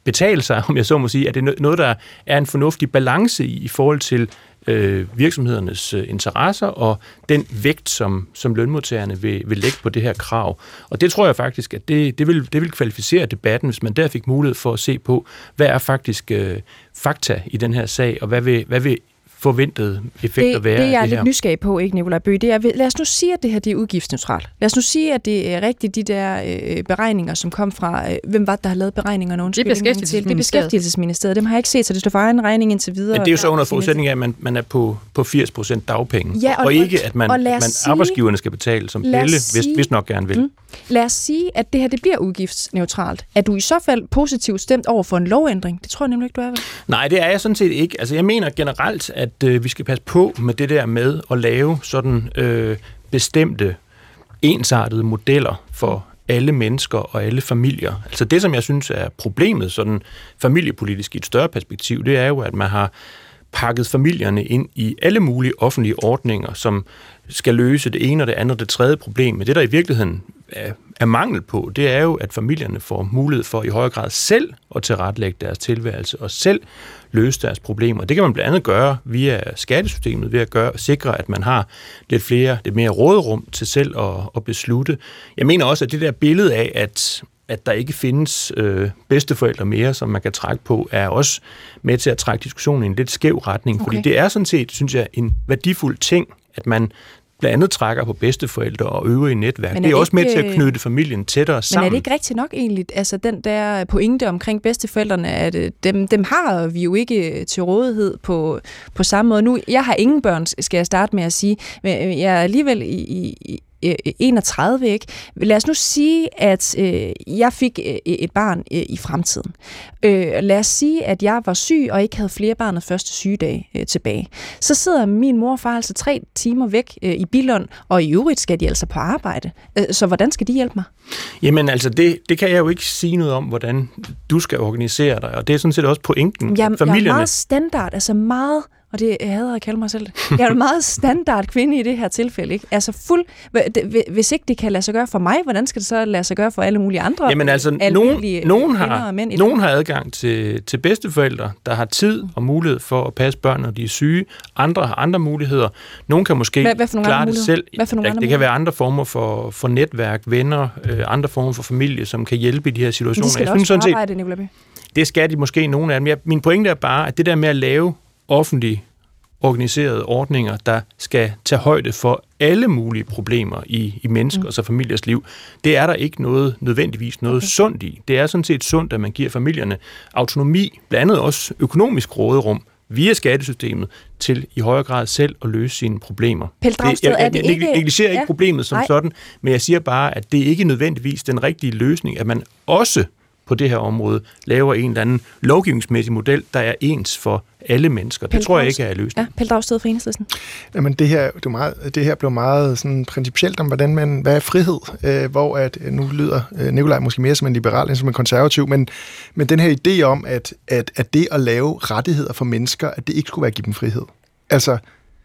betale sig, om jeg så må sige, at det er noget, der er en fornuftig balance i forhold til virksomhedernes interesser og den vægt, som lønmodtagerne vil lægge på det her krav. Og det tror jeg faktisk, at det vil kvalificere debatten, hvis man der fik mulighed for at se på, hvad er faktisk fakta i den her sag, og hvad vil forventede effekter være. Det jeg er lidt nysgerrig på, ikke, Nicolaj Bøgh, det er, lad os nu sige, at det her det er udgiftsneutralt. Lad os nu sige, at det er rigtigt de der beregninger, som kom fra, hvem var det, der har lavet beregningerne? Det er Beskæftigelsesministeriet. Dem har jeg ikke set, så det står for egen regning indtil videre. Men det er jo så under forudsætning af, at man er på 80% dagpenge, ja, og ikke at man arbejdsgiverne skal betale, som Pelle vist nok gerne vil. Lad os sige, at det her det bliver udgiftsneutralt. Er du i så fald positivt stemt over for en lovændring? Det tror jeg nemlig ikke, du er, vel? Nej, det er jeg sådan set ikke. Altså, jeg mener generelt, at vi skal passe på med det der med at lave sådan bestemte, ensartede modeller for alle mennesker og alle familier. Altså det, som jeg synes er problemet sådan familiepolitisk i et større perspektiv, det er jo, at man har pakket familierne ind i alle mulige offentlige ordninger, som skal løse det ene og det andet og det tredje problem. Men det, der i virkeligheden er mangel på, det er jo, at familierne får mulighed for i højere grad selv at tilrettelægge deres tilværelse og selv løse deres problemer. Det kan man blandt andet gøre via skattesystemet, ved at sikre, at man har lidt mere råderum til selv at beslutte. Jeg mener også, at det der billede af, at der ikke findes bedsteforældre mere, som man kan trække på, er også med til at trække diskussionen i en lidt skæv retning. Okay. Fordi det er sådan set, synes jeg, en værdifuld ting, at man blandt andet trækker på bedsteforældre og øvrige netværk. Det er også med til at knytte familien tættere sammen. Men er det ikke rigtigt nok egentlig? Altså den der pointe omkring bedsteforældrene, at dem har vi jo ikke til rådighed på samme måde. Nu, jeg har ingen børn, skal jeg starte med at sige, men jeg er alligevel i 31, ikke? Lad os nu sige, at jeg fik et barn i fremtiden. Lad os sige, at jeg var syg og ikke havde flere barnet første sygedag tilbage. Så sidder min mor og far altså 3 timer væk i Billund, og i øvrigt skal de altså på arbejde. Så hvordan skal de hjælpe mig? Jamen altså, det kan jeg jo ikke sige noget om, hvordan du skal organisere dig, og det er sådan set også pointen. Jeg er meget standard, altså meget. Og det jeg hader at kalde mig selv. Jeg er en meget standard kvinde i det her tilfælde, ikke? Altså hvis ikke det kan lade sig gøre for mig, hvordan skal det så lade sig gøre for alle mulige andre? Jamen altså, nogen har adgang til bedsteforældre, der har tid og mulighed for at passe børn, når de er syge. Andre har andre muligheder. Nogen kan måske klare det selv. Det kan være andre former for netværk, venner, andre former for familie, som kan hjælpe i de her situationer. Men de skal også arbejde, Nicolaj Bøgh. Det skal de måske, nogle af dem. Min pointe er bare, at det der med at lave offentligt organiserede ordninger, der skal tage højde for alle mulige problemer i menneskers og familiers liv, det er der ikke nødvendigvis noget sundt i. Det er sådan set sundt, at man giver familierne autonomi, blandt andet også økonomisk råderum, via skattesystemet, til i højere grad selv at løse sine problemer. Jeg negligerer ikke problemet som sådan, men jeg siger bare, at det ikke nødvendigvis den rigtige løsning, at man også på det her område laver en eller anden lovgivningsmæssig model, der er ens for alle mennesker. Det tror jeg ikke er løsningen. Ja, Pelle Dragsted fra Enhedslisten. Jamen det her blev meget sådan principielt om, hvad er frihed, hvor at nu lyder Nicolaj måske mere som en liberal end som en konservativ, men den her idé om, at det at lave rettigheder for mennesker, at det ikke skulle være at give dem frihed. Altså,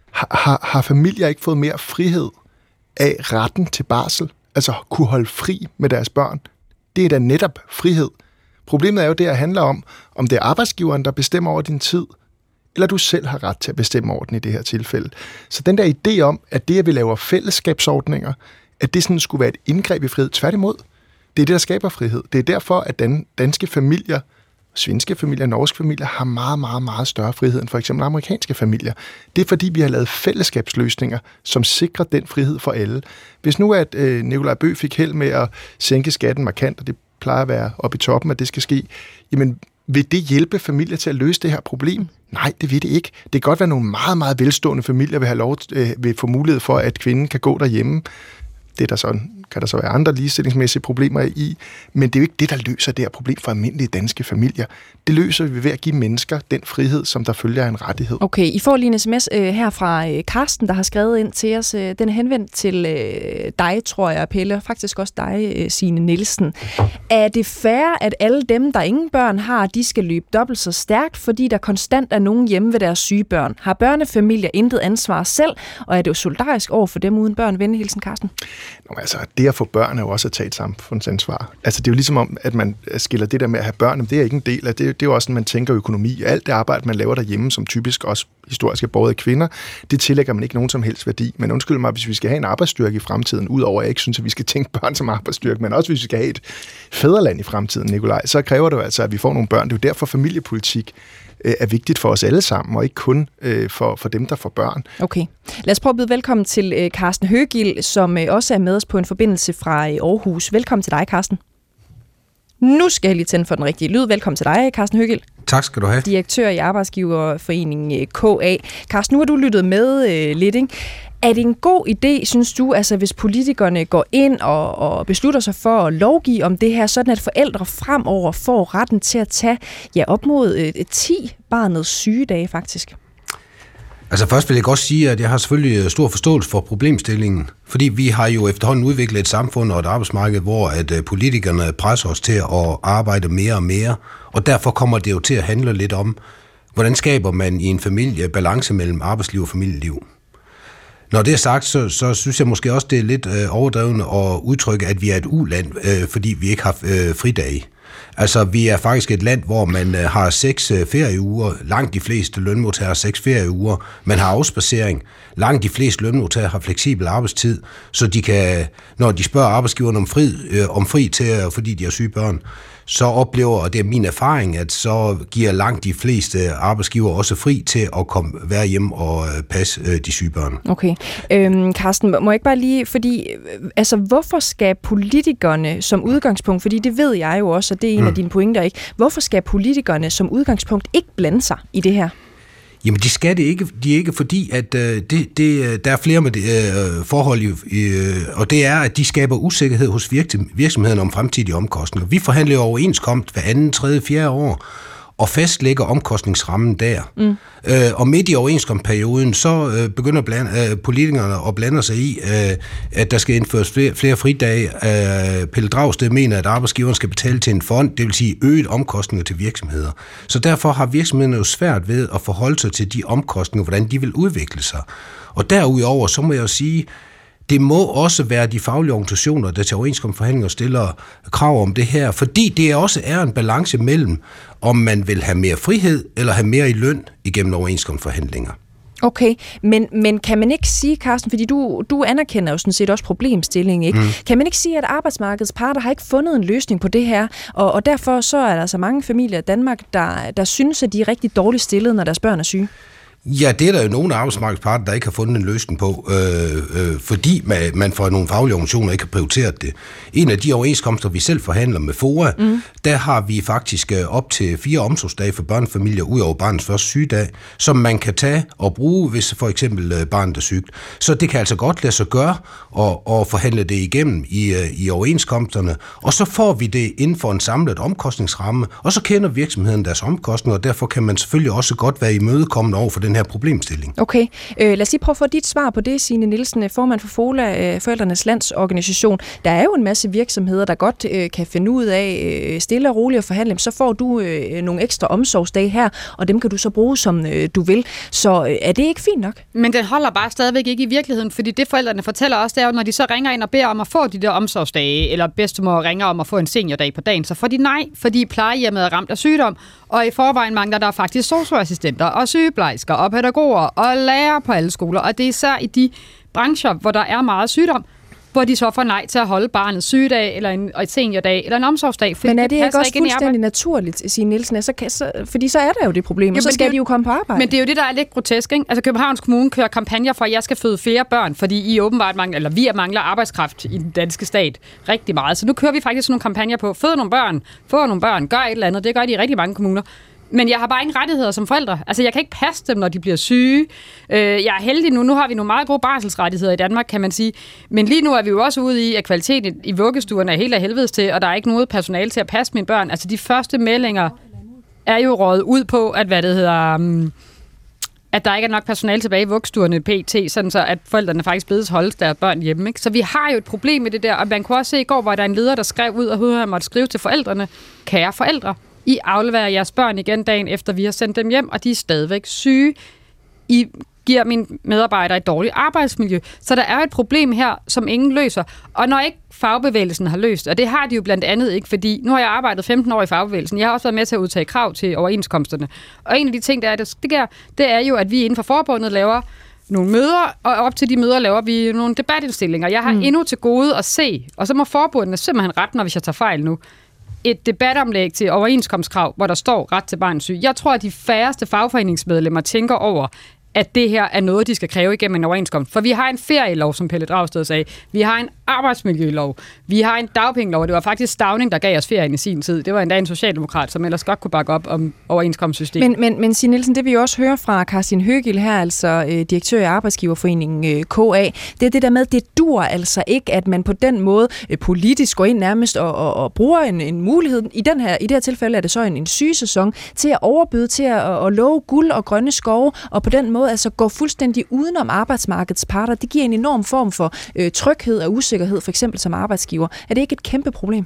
har familier ikke fået mere frihed af retten til barsel? Altså, kunne holde fri med deres børn? Det er da netop frihed. Problemet er jo, det her handler om det er arbejdsgiveren, der bestemmer over din tid, eller du selv har ret til at bestemme over den i det her tilfælde. Så den der idé om, at det, at vi laver fællesskabsordninger, at det sådan skulle være et indgreb i frihed, tværtimod, det er det, der skaber frihed. Det er derfor, at danske familier, svenske familier, norske familier har meget, meget, meget større frihed end for eksempel amerikanske familier. Det er fordi, vi har lavet fællesskabsløsninger, som sikrer den frihed for alle. Hvis nu at Nicolaj Bøgh fik held med at sænke skatten markant, og det plejer at være oppe i toppen, at det skal ske, jamen vil det hjælpe familier til at løse det her problem? Nej, det vil det ikke. Det kan godt være nogle meget, meget velstående familier vil få mulighed for, at kvinden kan gå derhjemme. Kan der så være andre ligestillingsmæssige problemer i, men det er jo ikke det, der løser det her problem for almindelige danske familier. Det løser vi ved at give mennesker den frihed, som der følger af en rettighed. Okay, I får lige en sms her fra Karsten, der har skrevet ind til os. Den er henvendt til dig, tror jeg, Pelle, og faktisk også dig, Signe Nielsen. Er det fair, at alle dem, der ingen børn har, de skal løbe dobbelt så stærkt, fordi der konstant er nogen hjemme ved deres syge børn? Har børnefamilier intet ansvar selv, og er det jo solidarisk over for dem uden børn? Venlig hilsen, Karsten. Altså, det at få børn er jo også at tage et samfundsansvar. Altså, det er jo ligesom om, at man skiller det der med at have børn, det er ikke en del af det. Det er jo også, når man tænker økonomi. Alt det arbejde, man laver derhjemme, som typisk også historisk er båret af kvinder, det tillægger man ikke nogen som helst værdi. Men undskyld mig, hvis vi skal have en arbejdsstyrke i fremtiden, udover at jeg ikke synes, at vi skal tænke børn som arbejdsstyrke, men også hvis vi skal have et fædreland i fremtiden, Nikolaj, så kræver det jo altså, at vi får nogle børn. Det er jo derfor familiepolitik er vigtigt for os alle sammen, og ikke kun for dem, der får børn. Okay. Lad os prøve at byde velkommen til Karsten Høgild, som også er med os på en forbindelse fra Aarhus. Velkommen til dig, Karsten. Nu skal jeg lige tænde for den rigtige lyd. Velkommen til dig, Karsten Høgild. Tak skal du have. Direktør i Arbejdsgiverforeningen KA. Karsten, nu har du lyttet med lidt, ikke? Er det en god idé, synes du, altså hvis politikerne går ind og beslutter sig for at lovgive om det her, sådan at forældre fremover får retten til at tage op mod 10 barnets sygedage faktisk? Altså først vil jeg godt sige, at jeg har selvfølgelig stor forståelse for problemstillingen, fordi vi har jo efterhånden udviklet et samfund og et arbejdsmarked, hvor at politikerne presser os til at arbejde mere og mere, og derfor kommer det jo til at handle lidt om, hvordan skaber man i en familie balance mellem arbejdsliv og familieliv. Når det er sagt, så synes jeg måske også, det er lidt overdrevende at udtrykke, at vi er et uland, fordi vi ikke har fridage. Altså, vi er faktisk et land, hvor man har 6 ferieuger. Langt de fleste lønmodtagere har 6 ferieuger. Man har afspacering. Langt de fleste lønmodtagere har fleksibel arbejdstid, så de kan, når de spørger arbejdsgiverne om fri til, fordi de har syge børn, så oplever, og det er min erfaring, at så giver langt de fleste arbejdsgiver også fri til at være hjem og passe de syge børn. Okay. Karsten, må jeg ikke bare lige, fordi, altså hvorfor skal politikerne som udgangspunkt, fordi det ved jeg jo også, og det er en af dine pointer, ikke? Hvorfor skal politikerne som udgangspunkt ikke blande sig i det her? Jamen, de skal det ikke. De er ikke, fordi at der er flere med forhold, og det er, at de skaber usikkerhed hos virksomheden om fremtidige omkostninger. Vi forhandler overenskomst hver anden, tredje, fjerde år, og fastlægger omkostningsrammen der. Og midt i overenskomstperioden, så begynder politikerne at blande sig i, at der skal indføres flere fridage. Pelle Dragsted mener, at arbejdsgiveren skal betale til en fond, det vil sige øget omkostninger til virksomheder. Så derfor har virksomhederne jo svært ved at forholde sig til de omkostninger, hvordan de vil udvikle sig. Og derudover, så må jeg jo sige, det må også være de faglige organisationer, der til overenskomstforhandlinger stiller krav om det her, fordi det også er en balance mellem, om man vil have mere frihed eller have mere i løn igennem overenskomstforhandlinger. Okay, men kan man ikke sige, Karsten, fordi du anerkender jo sådan set også problemstillingen, ikke? Kan man ikke sige, at arbejdsmarkedets parter har ikke fundet en løsning på det her, og derfor så er der altså mange familier i Danmark, der synes, at de er rigtig dårligt stillet, når deres børn er syge? Ja, det er der jo nogle arbejdsmarkedsparter, der ikke har fundet en løsning på, fordi man fra nogle faglige organisationer ikke har prioriteret det. En af de overenskomster, vi selv forhandler med FOA, der har vi faktisk op til 4 omsorgsdage for børnefamilier ud over barnets første sygedag, som man kan tage og bruge, hvis for eksempel barnet er sygt. Så det kan altså godt lade sig gøre og forhandle det igennem i overenskomsterne, og så får vi det inden for en samlet omkostningsramme, og så kender virksomheden deres omkostninger, og derfor kan man selvfølgelig også godt være imødekommende over for den her problemstilling. Okay. Lad os lige prøve at få dit svar på det, Signe Nielsen, formand for FOLA, Forældrenes Landsorganisation. Der er jo en masse virksomheder, der godt kan finde ud af stille og roligt at forhandle. Så får du nogle ekstra omsorgsdage her, og dem kan du så bruge, som du vil. Så er det ikke fint nok? Men den holder bare stadigvæk ikke i virkeligheden, fordi det forældrene fortæller os, det er jo, når de så ringer ind og beder om at få de der omsorgsdage, eller bedstemor ringer om at få en seniordag på dagen, så får de nej, fordi plejehjemmet er ramt af sygdom, og i forvejen mangler der faktisk sosu-assistenter og sygeplejersker og pædagoger og lærere på alle skoler, og det er især i de brancher, hvor der er meget sygdom, hvor de så får nej til at holde barnets sygedag, eller en seniordag, eller en omsorgsdag. Men er det ikke også fuldstændig naturligt, Signe Nielsen? Fordi så er der jo det problem, og så skal de jo komme på arbejde. Men det er jo det, der er lidt grotesk, ikke? Altså Københavns Kommune kører kampagner for, at jeg skal føde flere børn, fordi I åbenbart mangler arbejdskraft i den danske stat rigtig meget. Så nu kører vi faktisk nogle kampagner på, føde nogle børn, få nogle børn, gør et eller andet. Det gør de i rigtig mange kommuner. Men jeg har bare ingen rettigheder som forældre. Altså, jeg kan ikke passe dem, når de bliver syge. Jeg er heldig nu. Nu har vi nogle meget gode barselsrettigheder i Danmark, kan man sige. Men lige nu er vi jo også ude i, at kvaliteten i vuggestuerne er helt af helvedes til, og der er ikke noget personale til at passe mine børn. Altså, de første meldinger er jo røget ud på, at at der ikke er nok personale tilbage i vuggestuerne pt, sådan så at forældrene faktisk bedes holde deres børn hjemme. Ikke? Så vi har jo et problem med det der, og man kunne også se i går, hvor der er en leder, der skrev ud, og hun måtte skrive til forældrene, kære forældre, I afleverer jeres børn igen dagen efter, vi har sendt dem hjem, og de er stadigvæk syge. I giver mine medarbejdere et dårligt arbejdsmiljø. Så der er et problem her, som ingen løser. Og når ikke fagbevægelsen har løst, og det har de jo blandt andet ikke, fordi nu har jeg arbejdet 15 år i fagbevægelsen. Jeg har også været med til at udtage krav til overenskomsterne. Og en af de ting, der er, det er jo, at vi inden for forbundet laver nogle møder, og op til de møder laver vi nogle debatindstillinger. Jeg har endnu til gode at se, og så må forbundene simpelthen ret, når hvis jeg tager fejl nu, et debatomlæg til overenskomstkrav, hvor der står ret til barnets syg. Jeg tror, at de færreste fagforeningsmedlemmer tænker over, at det her er noget, de skal kræve igennem en overenskomst. For vi har en ferielov, som Pelle Dragsted sagde. Vi har en arbejdsmiljølov. Vi har en dagpengelov. Det var faktisk Stauning, der gav os ferien i sin tid. Det var endda en socialdemokrat, som ellers godt kunne bakke op om overenskomstsystemet. Men Signe Nielsen, det vi jo også hører fra Carsten Høgild her, altså direktør i Arbejdsgiverforeningen KA, det er det der med, det dur altså ikke, at man på den måde politisk går ind nærmest og bruger en mulighed. I det her tilfælde er det så en sygesæson til at overbyde, til at love guld og grønne skove, og på den måde altså gå fuldstændig udenom arbejdsmarkedets parter. Det giver en enorm form for tryghed og usikkerhed, for eksempel som arbejdsgiver. Er det ikke et kæmpe problem?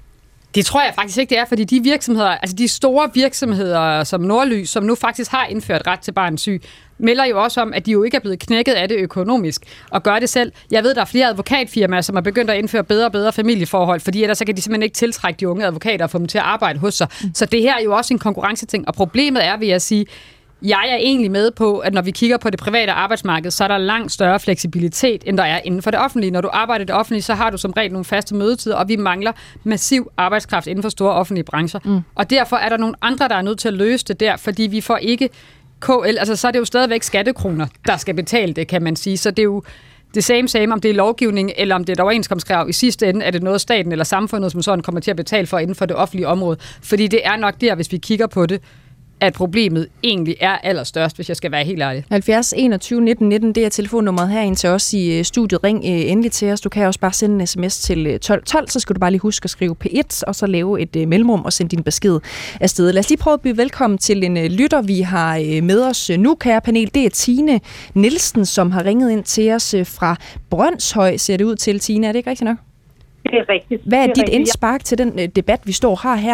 Det tror jeg faktisk ikke, det er, fordi de virksomheder, altså de store virksomheder som Nordlys, som nu faktisk har indført ret til barnets syg, melder jo også om, at de jo ikke er blevet knækket af det økonomisk og gør det selv. Jeg ved, der er flere advokatfirmaer, som er begyndt at indføre bedre og bedre familieforhold, fordi ellers så kan de simpelthen ikke tiltrække de unge advokater og få dem til at arbejde hos sig. Så det her er jo også en konkurrenceting, og problemet er, vil jeg sige, jeg er egentlig med på, at når vi kigger på det private arbejdsmarked, så er der langt større fleksibilitet, end der er inden for det offentlige. Når du arbejder i det offentlige, så har du som regel nogle faste mødetider, og vi mangler massiv arbejdskraft inden for store offentlige brancher. Og derfor er der nogle andre, der er nødt til at løse det der, fordi vi får ikke KL, altså så er det jo stadigvæk skattekroner, der skal betale det, kan man sige. Så det er jo det same, om det er lovgivning, eller om det er et overenskomstkrav. I sidste ende er det noget staten eller samfundet, som sådan kommer til at betale for inden for det offentlige område. Fordi det er nok der, hvis vi kigger på det, at problemet egentlig er allerstørst, hvis jeg skal være helt ærlig. 70 21 19 19, det er telefonnummeret herind til os i studiet. Ring endelig til os. Du kan også bare sende en sms til 1212, så skal du bare lige huske at skrive P1, og så lave et mellemrum og sende din besked afsted. Lad os lige prøve at byde velkommen til en lytter, vi har med os nu, kære panel. Det er Tine Nielsen, som har ringet ind til os fra Brønshøj, ser det ud til. Tine, er det ikke rigtigt nok? Det er rigtigt. Hvad er dit indspark til den debat, vi står her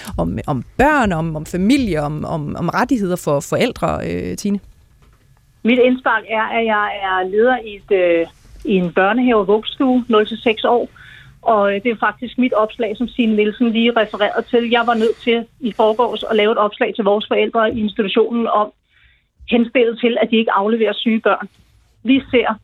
om børn, om familie, om rettigheder for forældre, Tine? Mit indspark er, at jeg er leder i en børnehave og vuggestue, 0-6 år. Og det er faktisk mit opslag, som Signe Nielsen lige refererede til. Jeg var nødt til i forgårs at lave et opslag til vores forældre i institutionen om henstillet til, at de ikke afleverer syge børn. Vi ser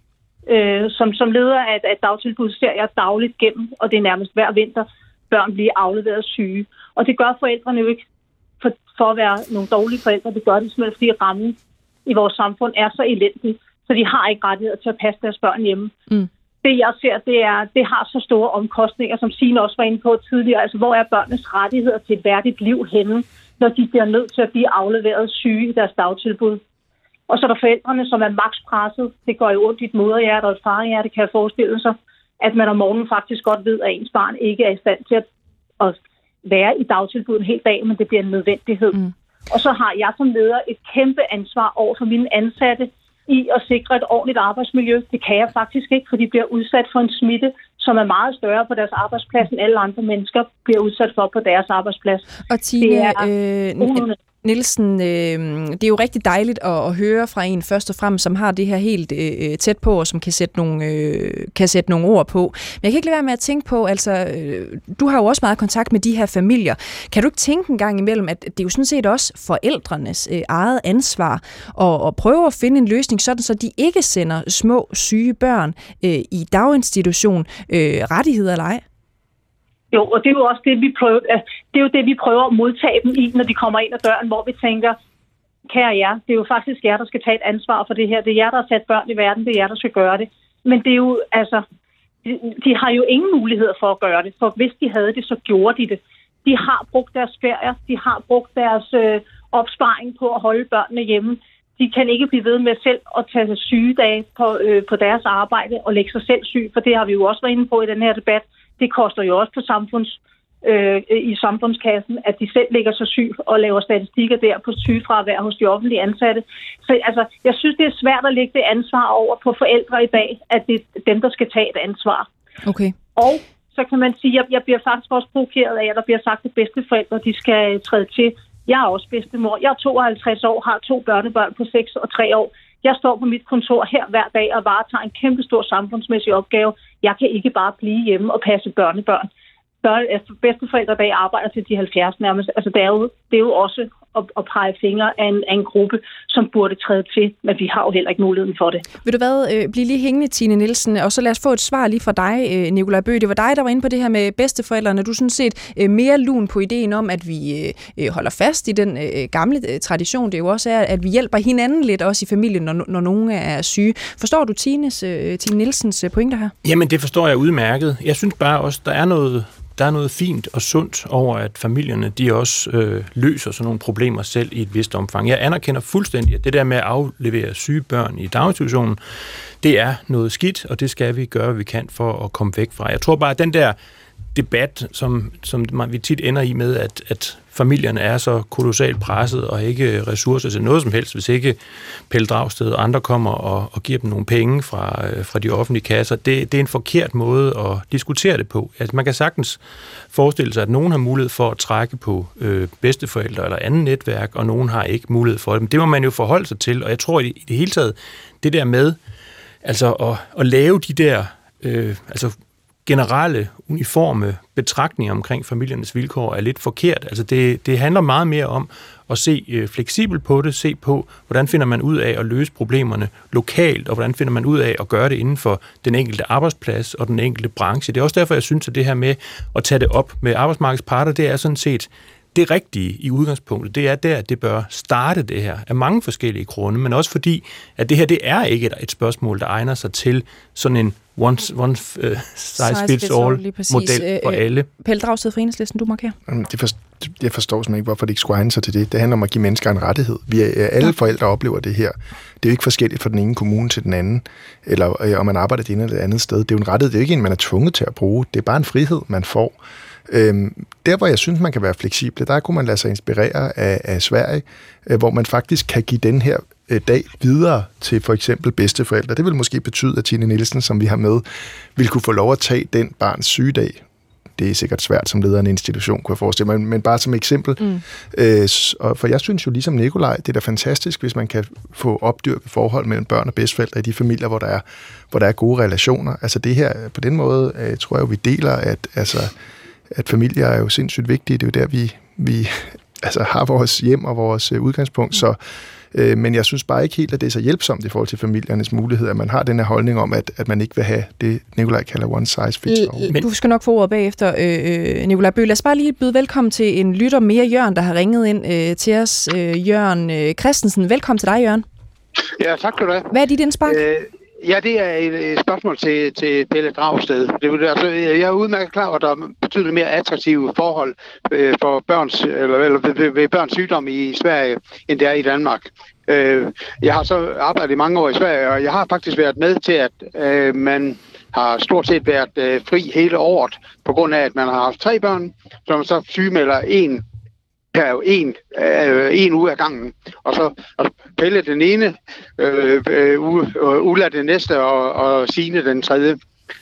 som leder af et dagtilbud ser jeg dagligt gennem, og det er nærmest hver vinter, børn bliver afleveret syge. Og det gør forældrene jo ikke for at være nogle dårlige forældre. Det gør det simpelthen, fordi rammen i vores samfund er så elendig, så de har ikke rettigheder til at passe deres børn hjemme. Det jeg ser, det har så store omkostninger, som Signe også var inde på tidligere. Altså, hvor er børnenes rettigheder til et værdigt liv henne, når de bliver nødt til at blive afleveret syge i deres dagtilbud? Og så er der forældrene, som er makspresset. Det går jo ondt i et moderhjerte og et farhjerte, kan jeg forestille sig, at man om morgenen faktisk godt ved, at ens barn ikke er i stand til at være i dagtilbuddet en hel dag, men det bliver en nødvendighed. Og så har jeg som leder et kæmpe ansvar over for mine ansatte i at sikre et ordentligt arbejdsmiljø. Det kan jeg faktisk ikke, for de bliver udsat for en smitte, som er meget større på deres arbejdsplads, end alle andre mennesker bliver udsat for på deres arbejdsplads. Og Tine Nielsen, det er jo rigtig dejligt at høre fra en først og fremmest, som har det her helt tæt på, og som kan sætte nogle ord på. Men jeg kan ikke lade være med at tænke på, altså, du har jo også meget kontakt med de her familier. Kan du ikke tænke en gang imellem, at det er jo sådan set også forældrenes eget ansvar at prøve at finde en løsning, sådan så de ikke sender små syge børn i daginstitution, rettigheder eller ej? Jo, og det er jo også det, vi prøver at modtage dem i, når de kommer ind ad døren, hvor vi tænker, kære jer, det er jo faktisk jer, der skal tage et ansvar for det her. Det er jer, der har sat børn i verden, det er jer, der skal gøre det. Men det er jo, altså, de har jo ingen muligheder for at gøre det, for hvis de havde det, så gjorde de det. De har brugt deres ferier, de har brugt deres opsparing på at holde børnene hjemme. De kan ikke blive ved med selv at tage sygedage på deres arbejde og lægge sig selv syg, for det har vi jo også været inde på i den her debat. Det koster jo også på i samfundskassen, at de selv lægger sig syg og laver statistikker der på sygefravær hos de offentlige ansatte. Så altså, jeg synes, det er svært at lægge det ansvar over på forældre i dag, at det er dem, der skal tage et ansvar. Okay. Og så kan man sige, at jeg bliver faktisk også provokeret af, at der bliver sagt, at bedsteforældre, de skal træde til. Jeg er også bedstemor. Jeg er 52 år, har 2 børnebørn på 6 og 3 år. Jeg står på mit kontor her hver dag og varetager en kæmpe stor samfundsmæssig opgave. Jeg kan ikke bare blive hjemme og passe børnebørn. Bedsteforældredag arbejder til de 70 nærmest. Altså, det er jo også at pege fingre af en gruppe, som burde træde til, men vi har jo heller ikke muligheden for det. Vil du blive lige hængende, Tine Nielsen, og så lad os få et svar lige fra dig, Nicolaj Bøgh. Det var dig, der var inde på det her med bedsteforældrene. Du er sådan set mere lun på ideen om, at vi holder fast i den gamle tradition. Det er jo også at vi hjælper hinanden lidt, også i familien, når nogen er syge. Forstår du Tine Nielsens pointer her? Jamen, det forstår jeg udmærket. Jeg synes bare også, der er noget fint og sundt over, at familierne de også løser sådan nogle problemer selv i et vist omfang. Jeg anerkender fuldstændig, at det der med at aflevere syge børn i daginstitutionen, det er noget skidt, og det skal vi gøre, hvad vi kan for at komme væk fra. Jeg tror bare, at den der debat, som vi tit ender i med, at familierne er så kolossalt presset og ikke ressourcer til noget som helst, hvis ikke Pelle Dragsted og andre kommer og giver dem nogle penge fra de offentlige kasser. Det er en forkert måde at diskutere det på. Altså, man kan sagtens forestille sig, at nogen har mulighed for at trække på bedsteforældre eller anden netværk, og nogen har ikke mulighed for det. Men det må man jo forholde sig til, og jeg tror i det hele taget, det der med altså at lave de der generelle, uniforme betragtninger omkring familiernes vilkår er lidt forkert. Altså det handler meget mere om at se fleksibelt på det, se på, hvordan finder man ud af at løse problemerne lokalt, og hvordan finder man ud af at gøre det inden for den enkelte arbejdsplads og den enkelte branche. Det er også derfor, jeg synes, at det her med at tage det op med arbejdsmarkedets parter, det er sådan set det rigtige i udgangspunktet. Det er der, det bør starte det her, af mange forskellige grunde, men også fordi, at det her, det er ikke et spørgsmål, der egner sig til sådan en one size fits all model for alle. Pelle Dragsted fra Enhedslisten, du markerer. Jeg forstår simpelthen ikke, hvorfor det ikke skulle egne sig til det. Det handler om at give mennesker en rettighed. Alle forældre oplever det her. Det er jo ikke forskelligt fra den ene kommune til den anden, eller om man arbejder det ene eller det andet sted. Det er jo en rettighed. Det er jo ikke en, man er tvunget til at bruge. Det er bare en frihed, man får. Der, hvor jeg synes, man kan være fleksibel, der kunne man lade sig inspirere af Sverige, hvor man faktisk kan give den her dag videre til for eksempel bedsteforældre. Det vil måske betyde, at Tine Nielsen, som vi har med, vil kunne få lov at tage den barns sygedag. Det er sikkert svært som leder af en institution, kunne jeg forestille mig, men bare som eksempel. For jeg synes jo ligesom Nicolaj, det er da fantastisk, hvis man kan få opdyrket forhold mellem børn og bedsteforældre i de familier, hvor der er gode relationer. Altså det her, på den måde, tror jeg jo, vi deler, at familier er jo sindssygt vigtige. Det er jo der, vi har vores hjem og vores udgangspunkt. Så, men jeg synes bare ikke helt, at det er så hjælpsomt i forhold til familiernes mulighed, at man har den her holdning om, at man ikke vil have det, Nicolaj kalder one size fits all. Du skal nok få ordet bagefter, Nicolaj Bøgh. Lad os bare lige byde velkommen til en lytter mere, Jørgen, der har ringet ind til os. Jørgen Christensen, velkommen til dig, Jørgen. Ja, tak skal du have. Hvad er dit indspark? Ja, det er et spørgsmål til Pelle Dragsted. Jeg er udmærket klar over, at der er betydeligt mere attraktive forhold for ved børns sygdom i Sverige, end det er i Danmark. Jeg har så arbejdet i mange år i Sverige, og jeg har faktisk været med til, at man har stort set været fri hele året, på grund af, at man har haft 3 børn, som så sygemelder en uge af gangen, og så Pelle den ene, Ulla den næste, og Signe den tredje.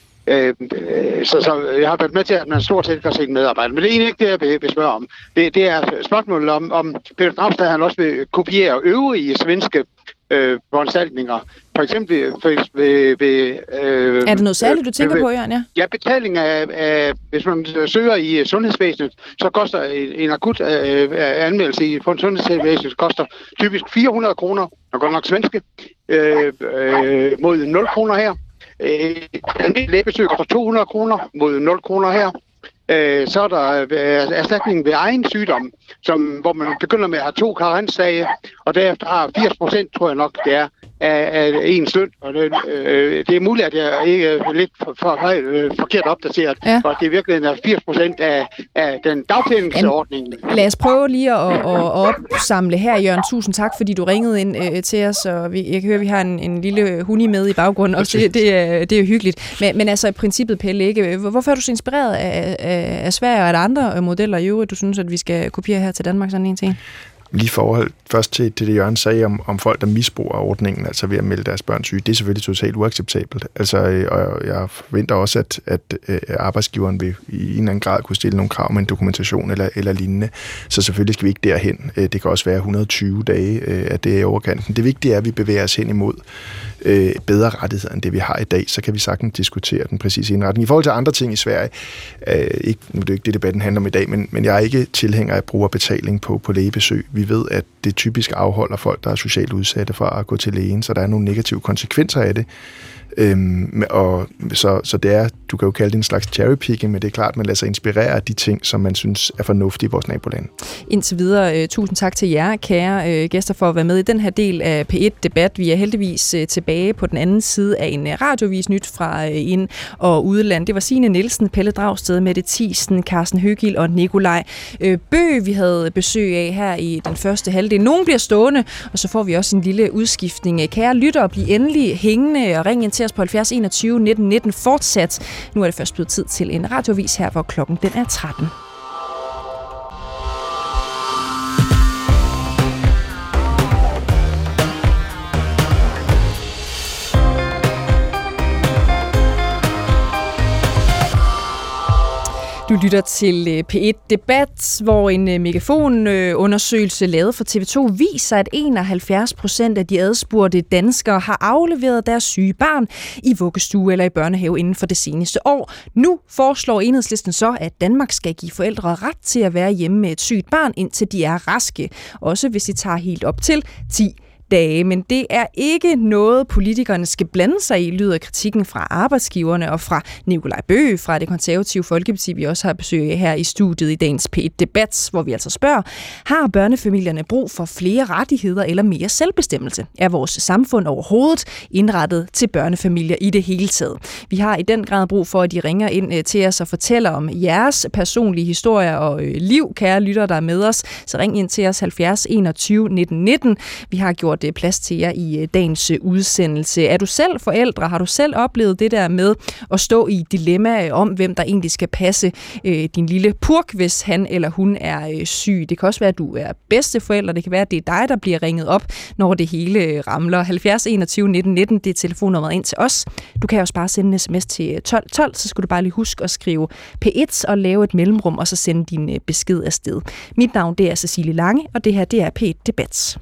Så jeg har været med til, at man stort set kan se en medarbejder. Men det er egentlig ikke det, jeg vil spørge om. Det er spørgsmålet om Pelle Dragsted, han også vil kopiere øvrige svenske foranstaltninger. For eksempel er det noget særligt, du tænker på, Jørgen? Ja, betaling af hvis man søger i sundhedsvæsenet, så koster en akut anmeldelse på en sundhedsvæsen koster typisk 400 kroner, og godt nok svenske, mod 0 kroner her. En lægebesøg koster 200 kroner mod 0 kroner her. Så er der erstatning ved egen sygdom, hvor man begynder med at have 2 karensdage, og derefter har 80%, tror jeg nok, det er, af ens løn. Og det er muligt, at jeg ikke er lidt forkert opdateret, og det er virkelig 80% af den dagpengeordning. Lad os prøve lige at opsamle her, Jørgen. Tusind tak, fordi du ringede ind til os, og jeg kan høre, at vi har en lille huni med i baggrunden, og det er hyggeligt. Men altså i princippet, Pelle, ikke? Hvorfor er du så inspireret af Sverige, og er der andre modeller i øvrigt, du synes, at vi skal kopiere her til Danmark sådan en ting? Lige forhold først til det, Jørgen sagde om folk, der misbruger ordningen, altså ved at melde deres børn syge, det er selvfølgelig totalt uacceptabelt. Altså, og jeg forventer også, at arbejdsgiveren vil i en eller anden grad kunne stille nogle krav med en dokumentation eller lignende. Så selvfølgelig skal vi ikke derhen. Det kan også være 120 dage, at det er i overkanten. Det vigtige er, at vi bevæger os hen imod bedre rettigheder end det, vi har i dag. Så kan vi sagtens diskutere den præcise indretning. I forhold til andre ting i Sverige, nu er det ikke det, debatten handler om i dag, men jeg er ikke tilhænger af brugerbetaling på lægebesøg. Vi ved, at det typisk afholder folk, der er socialt udsatte fra at gå til lægen, så der er nogle negative konsekvenser af det. Så det er, du kan jo kalde det en slags cherrypicking, men det er klart, at man lader sig inspirere af de ting, som man synes er fornuftige i vores naboland. Indtil videre, tusind tak til jer, kære gæster, for at være med i den her del af P1-debat. Vi er heldigvis tilbage på den anden side af en radiovis nyt fra ind- og udland. Det var Signe Nielsen, Pelle Dragsted, Mette Thiesen, Carsten Høgild og Nikolaj Bøgh, vi havde besøg af her i den første halvdel. Nogen bliver stående, og så får vi også en lille udskiftning. Kære lyttere, bliv endelig hængende og ring ind til os på 70 21 19 19 fortsat. Nu er det først blevet tid til en radiovis her, hvor klokken den er 13. Du lytter til P1-debat, hvor en megafonundersøgelse lavet for TV2 viser, at 71% af de adspurgte danskere har afleveret deres syge barn i vuggestue eller i børnehave inden for det seneste år. Nu foreslår Enhedslisten så, at Danmark skal give forældre ret til at være hjemme med et sygt barn, indtil de er raske. Også hvis de tager helt op til 10 dage, men det er ikke noget, politikerne skal blande sig i, lyder kritikken fra arbejdsgiverne og fra Nikolaj Bøgh fra Det Konservative Folkeparti, vi også har besøg af her i studiet i dagens P1-debat, hvor vi altså spørger, har børnefamilierne brug for flere rettigheder eller mere selvbestemmelse? Er vores samfund overhovedet indrettet til børnefamilier i det hele taget? Vi har i den grad brug for, at de ringer ind til os og fortæller om jeres personlige historier og liv, kære lyttere, der er med os. Så ring ind til os 70 21 19 19. Vi har gjort plads til jer i dagens udsendelse. Er du selv forældre? Har du selv oplevet det der med at stå i dilemma om, hvem der egentlig skal passe din lille purk, hvis han eller hun er syg? Det kan også være, at du er bedsteforælder. Det kan være, at det er dig, der bliver ringet op, når det hele ramler. 70 21 19 19, det er telefonnummeret ind til os. Du kan også bare sende en sms til 1212, så skal du bare lige huske at skrive P1 og lave et mellemrum, og så sende din besked afsted. Mit navn, det er Cecilie Lange, og det her, det er P1-debat.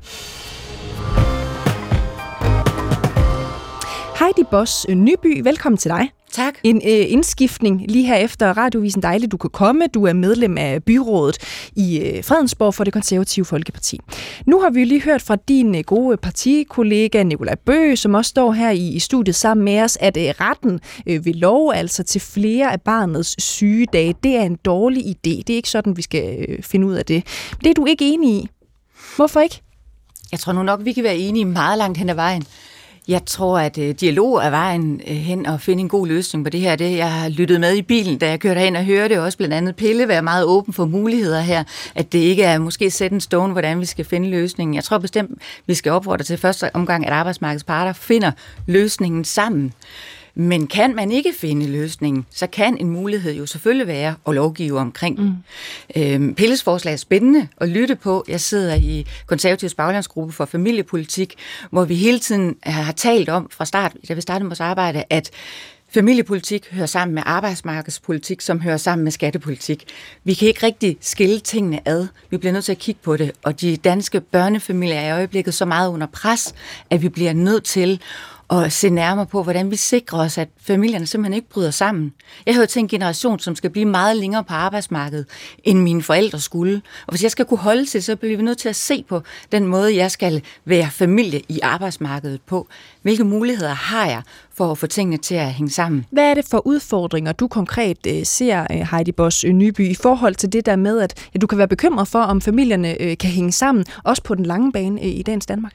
Heidi Boss Nyby, velkommen til dig. Tak. En indskiftning lige her efter radiovisen. Dejligt, du kan komme. Du er medlem af byrådet i Fredensborg for Det Konservative Folkeparti. Nu har vi lige hørt fra din gode partikollega Nikolaj Bøgh, som også står her i studiet sammen med os, at retten ved lov, altså til flere af barnets sygedage, det er en dårlig idé. Det er ikke sådan, vi skal finde ud af det. Det er du ikke enig i. Hvorfor ikke? Jeg tror nu nok, vi kan være enige meget langt hen ad vejen. Jeg tror, at dialog er vejen hen og finde en god løsning på det her. Det, jeg har lyttet med i bilen, da jeg kørte hen og hørte også blandt andet Pelle være meget åben for muligheder her, at det ikke er måske set en stone, hvordan vi skal finde løsningen. Jeg tror bestemt, vi skal opfordre til første omgang, at arbejdsmarkedets parter finder løsningen sammen. Men kan man ikke finde løsningen, så kan en mulighed jo selvfølgelig være at lovgive omkring. Pelles forslag er spændende at lytte på. Jeg sidder i Konservatives baglandsgruppe for familiepolitik, hvor vi hele tiden har talt om fra start, da vi startede vores arbejde, at familiepolitik hører sammen med arbejdsmarkedspolitik, som hører sammen med skattepolitik. Vi kan ikke rigtig skille tingene ad. Vi bliver nødt til at kigge på det, og de danske børnefamilier er i øjeblikket så meget under pres, at vi bliver nødt til og se nærmere på, hvordan vi sikrer os, at familierne simpelthen ikke bryder sammen. Jeg hører til en generation, som skal blive meget længere på arbejdsmarkedet, end mine forældre skulle. Og hvis jeg skal kunne holde til, så bliver vi nødt til at se på den måde, jeg skal være familie i arbejdsmarkedet på. Hvilke muligheder har jeg for at få tingene til at hænge sammen? Hvad er det for udfordringer, du konkret ser, Heidi Boss Nyby, i forhold til det der med, at du kan være bekymret for, om familierne kan hænge sammen, også på den lange bane i dagens Danmark?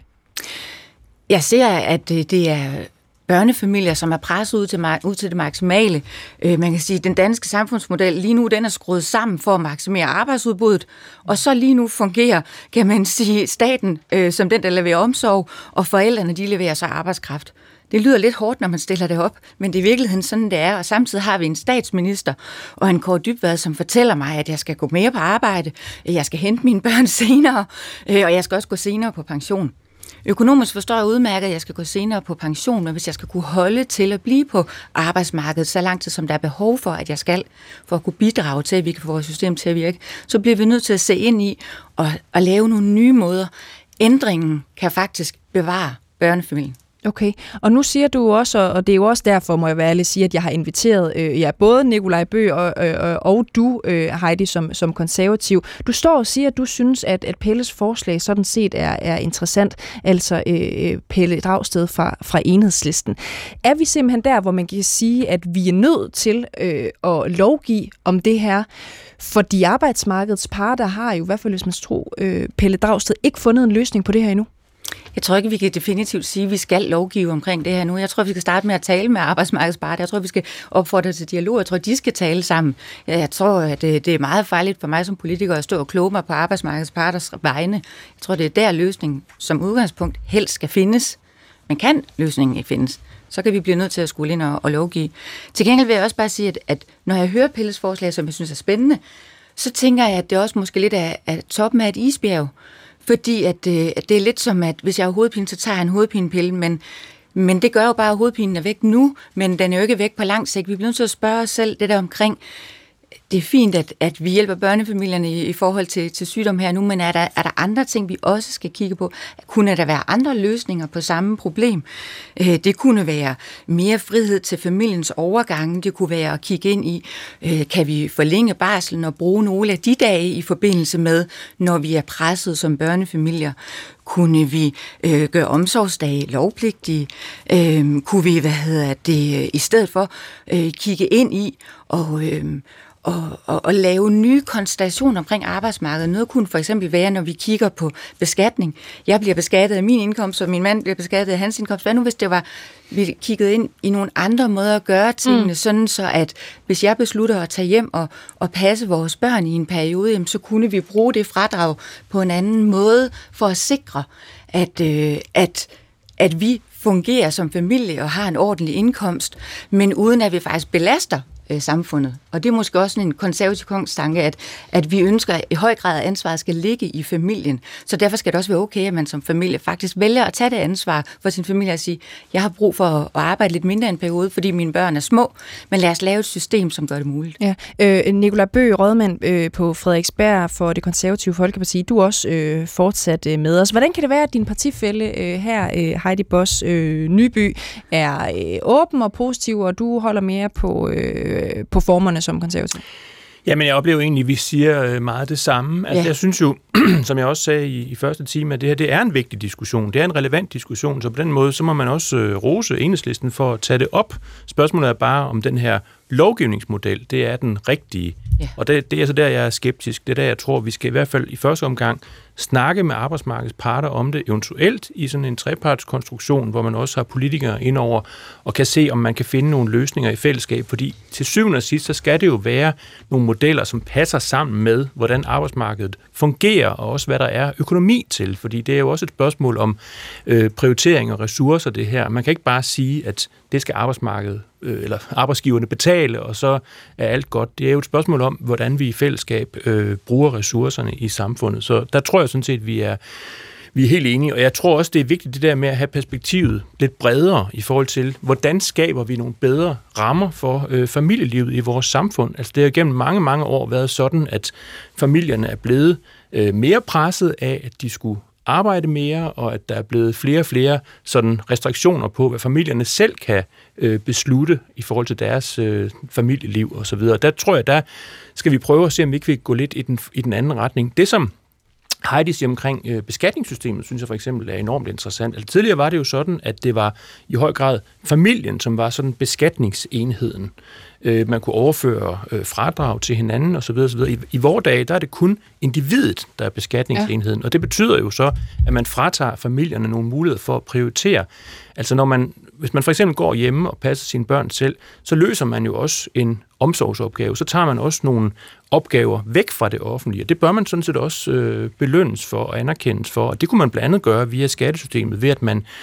Jeg ser, at det er børnefamilier, som er presset ud til det maksimale. Man kan sige, at den danske samfundsmodel lige nu, den er skruet sammen for at maksimere arbejdsudbuddet, og så lige nu fungerer, kan man sige, staten som den, der leverer omsorg, og forældrene, de leverer så arbejdskraft. Det lyder lidt hårdt, når man stiller det op, men det er i virkeligheden sådan, det er. Og samtidig har vi en statsminister og en Kaare Dybvad, som fortæller mig, at jeg skal gå mere på arbejde, jeg skal hente mine børn senere, og jeg skal også gå senere på pension. Økonomisk forstår jeg udmærket, at jeg skal gå senere på pension, men hvis jeg skal kunne holde til at blive på arbejdsmarkedet så lang tid, som der er behov for, at jeg skal, for at kunne bidrage til, at vi kan få vores system til at virke, så bliver vi nødt til at se ind i og lave nogle nye måder. Ændringen kan faktisk bevare børnefamilien. Okay, og nu siger du også, og det er jo også derfor, må jeg være ærlig sige, at jeg har inviteret både Nikolaj Bøgh og du, Heidi, som konservativ. Du står og siger, at du synes, at Pelles forslag sådan set er interessant, altså Pelle Dragsted fra Enhedslisten. Er vi simpelthen der, hvor man kan sige, at vi er nødt til at lovgive om det her? Fordi arbejdsmarkedets parter har jo, i hvert fald hvis man tror, Pelle Dragsted, ikke fundet en løsning på det her endnu. Jeg tror ikke, vi kan definitivt sige, at vi skal lovgive omkring det her nu. Jeg tror, vi skal starte med at tale med arbejdsmarkedets parter. Jeg tror, vi skal opfordre til dialog. Jeg tror, de skal tale sammen. Jeg tror, at det er meget farligt for mig som politiker at stå og kloge mig på arbejdsmarkedets parters vegne. Jeg tror, det er der løsningen som udgangspunkt helst skal findes. Men kan løsningen ikke findes, så kan vi blive nødt til at skulle ind og lovgive. Til gengæld vil jeg også bare sige, at når jeg hører Pelles forslag, som jeg synes er spændende, så tænker jeg, at det også måske lidt er toppen af et isbjerg. Fordi at det er lidt som, at hvis jeg har hovedpine, så tager jeg en hovedpinepille, men det gør jo bare, at hovedpinen er væk nu, men den er jo ikke væk på lang sigt. Vi bliver nødt til at spørge os selv det der omkring. Det er fint, at vi hjælper børnefamilierne i forhold til sygdom her nu, men er der andre ting, vi også skal kigge på? Kunne der være andre løsninger på samme problem? Det kunne være mere frihed til familiens overgange. Det kunne være at kigge ind i, kan vi forlænge barslen og bruge nogle af de dage i forbindelse med, når vi er presset som børnefamilier? Kunne vi gøre omsorgsdage lovpligtige? Kunne vi, i stedet for kigge ind i og lave nye konstellationer omkring arbejdsmarkedet. Noget kunne for eksempel være, når vi kigger på beskatning. Jeg bliver beskattet af min indkomst, og min mand bliver beskattet af hans indkomst. Hvad nu, hvis det var, vi kiggede ind i nogle andre måder at gøre tingene, sådan så at hvis jeg beslutter at tage hjem og passe vores børn i en periode, jamen, så kunne vi bruge det fradrag på en anden måde for at sikre, at vi fungerer som familie og har en ordentlig indkomst, men uden at vi faktisk belaster samfundet. Og det er måske også en konservativ kongstanke, at vi ønsker i høj grad, at ansvaret skal ligge i familien. Så derfor skal det også være okay, at man som familie faktisk vælger at tage det ansvar for sin familie og sige, jeg har brug for at arbejde lidt mindre en periode, fordi mine børn er små, men lad os lave et system, som gør det muligt. Ja. Nikolaj Bøgh, rådmand på Frederiksberg for Det Konservative Folkeparti, du er også fortsat med os. Hvordan kan det være, at din partifælle her, Heidi Boss Nyby, er åben og positiv, og du holder mere på formerne som konservativ? Jamen, jeg oplever egentlig, at vi siger meget det samme. Altså, jeg synes jo, som jeg også sagde i første time, at det her, det er en vigtig diskussion. Det er en relevant diskussion, så på den måde, så må man også rose Enhedslisten for at tage det op. Spørgsmålet er bare, om den her lovgivningsmodel, det er den rigtige. Ja. Og det er så der, jeg er skeptisk. Det er der, jeg tror, vi skal i hvert fald i første omgang snakke med arbejdsmarkedets parter om det, eventuelt i sådan en trepartskonstruktion, hvor man også har politikere indover og kan se, om man kan finde nogle løsninger i fællesskab. Fordi til syvende og sidst, så skal det jo være nogle modeller, som passer sammen med, hvordan arbejdsmarkedet fungerer, og også hvad der er økonomi til. Fordi det er jo også et spørgsmål om prioritering og ressourcer, det her. Man kan ikke bare sige, at det skal arbejdsmarkedet eller arbejdsgiverne betale, og så er alt godt. Det er jo et spørgsmål om, hvordan vi i fællesskab bruger ressourcerne i samfundet. Så der tror jeg sådan set, vi er helt enige, og jeg tror også, det er vigtigt det der med at have perspektivet lidt bredere i forhold til, hvordan skaber vi nogle bedre rammer for familielivet i vores samfund. Altså det har gennem mange, mange år været sådan, at familierne er blevet mere presset af, at de skulle arbejde mere, og at der er blevet flere og flere sådan restriktioner på, hvad familierne selv kan beslutte i forhold til deres familieliv og så videre. Der tror jeg, der skal vi prøve at se, om vi ikke vil gå lidt i den anden retning. Det, som Heidi siger omkring beskatningssystemet, synes jeg for eksempel er enormt interessant. Altså, tidligere var det jo sådan, at det var i høj grad familien, som var sådan beskatningsenheden. Man kunne overføre fradrag til hinanden osv. I vores dage, der er det kun individet, der er beskatningsenheden. Ja. Og det betyder jo så, at man fratager familierne nogle muligheder for at prioritere. Altså hvis man for eksempel går hjemme og passer sine børn selv, så løser man jo også en omsorgsopgave. Så tager man også nogle opgaver væk fra det offentlige. Og det bør man sådan set også belønnes for og anerkendes for. Og det kunne man blandt andet gøre via skattesystemet, ved at man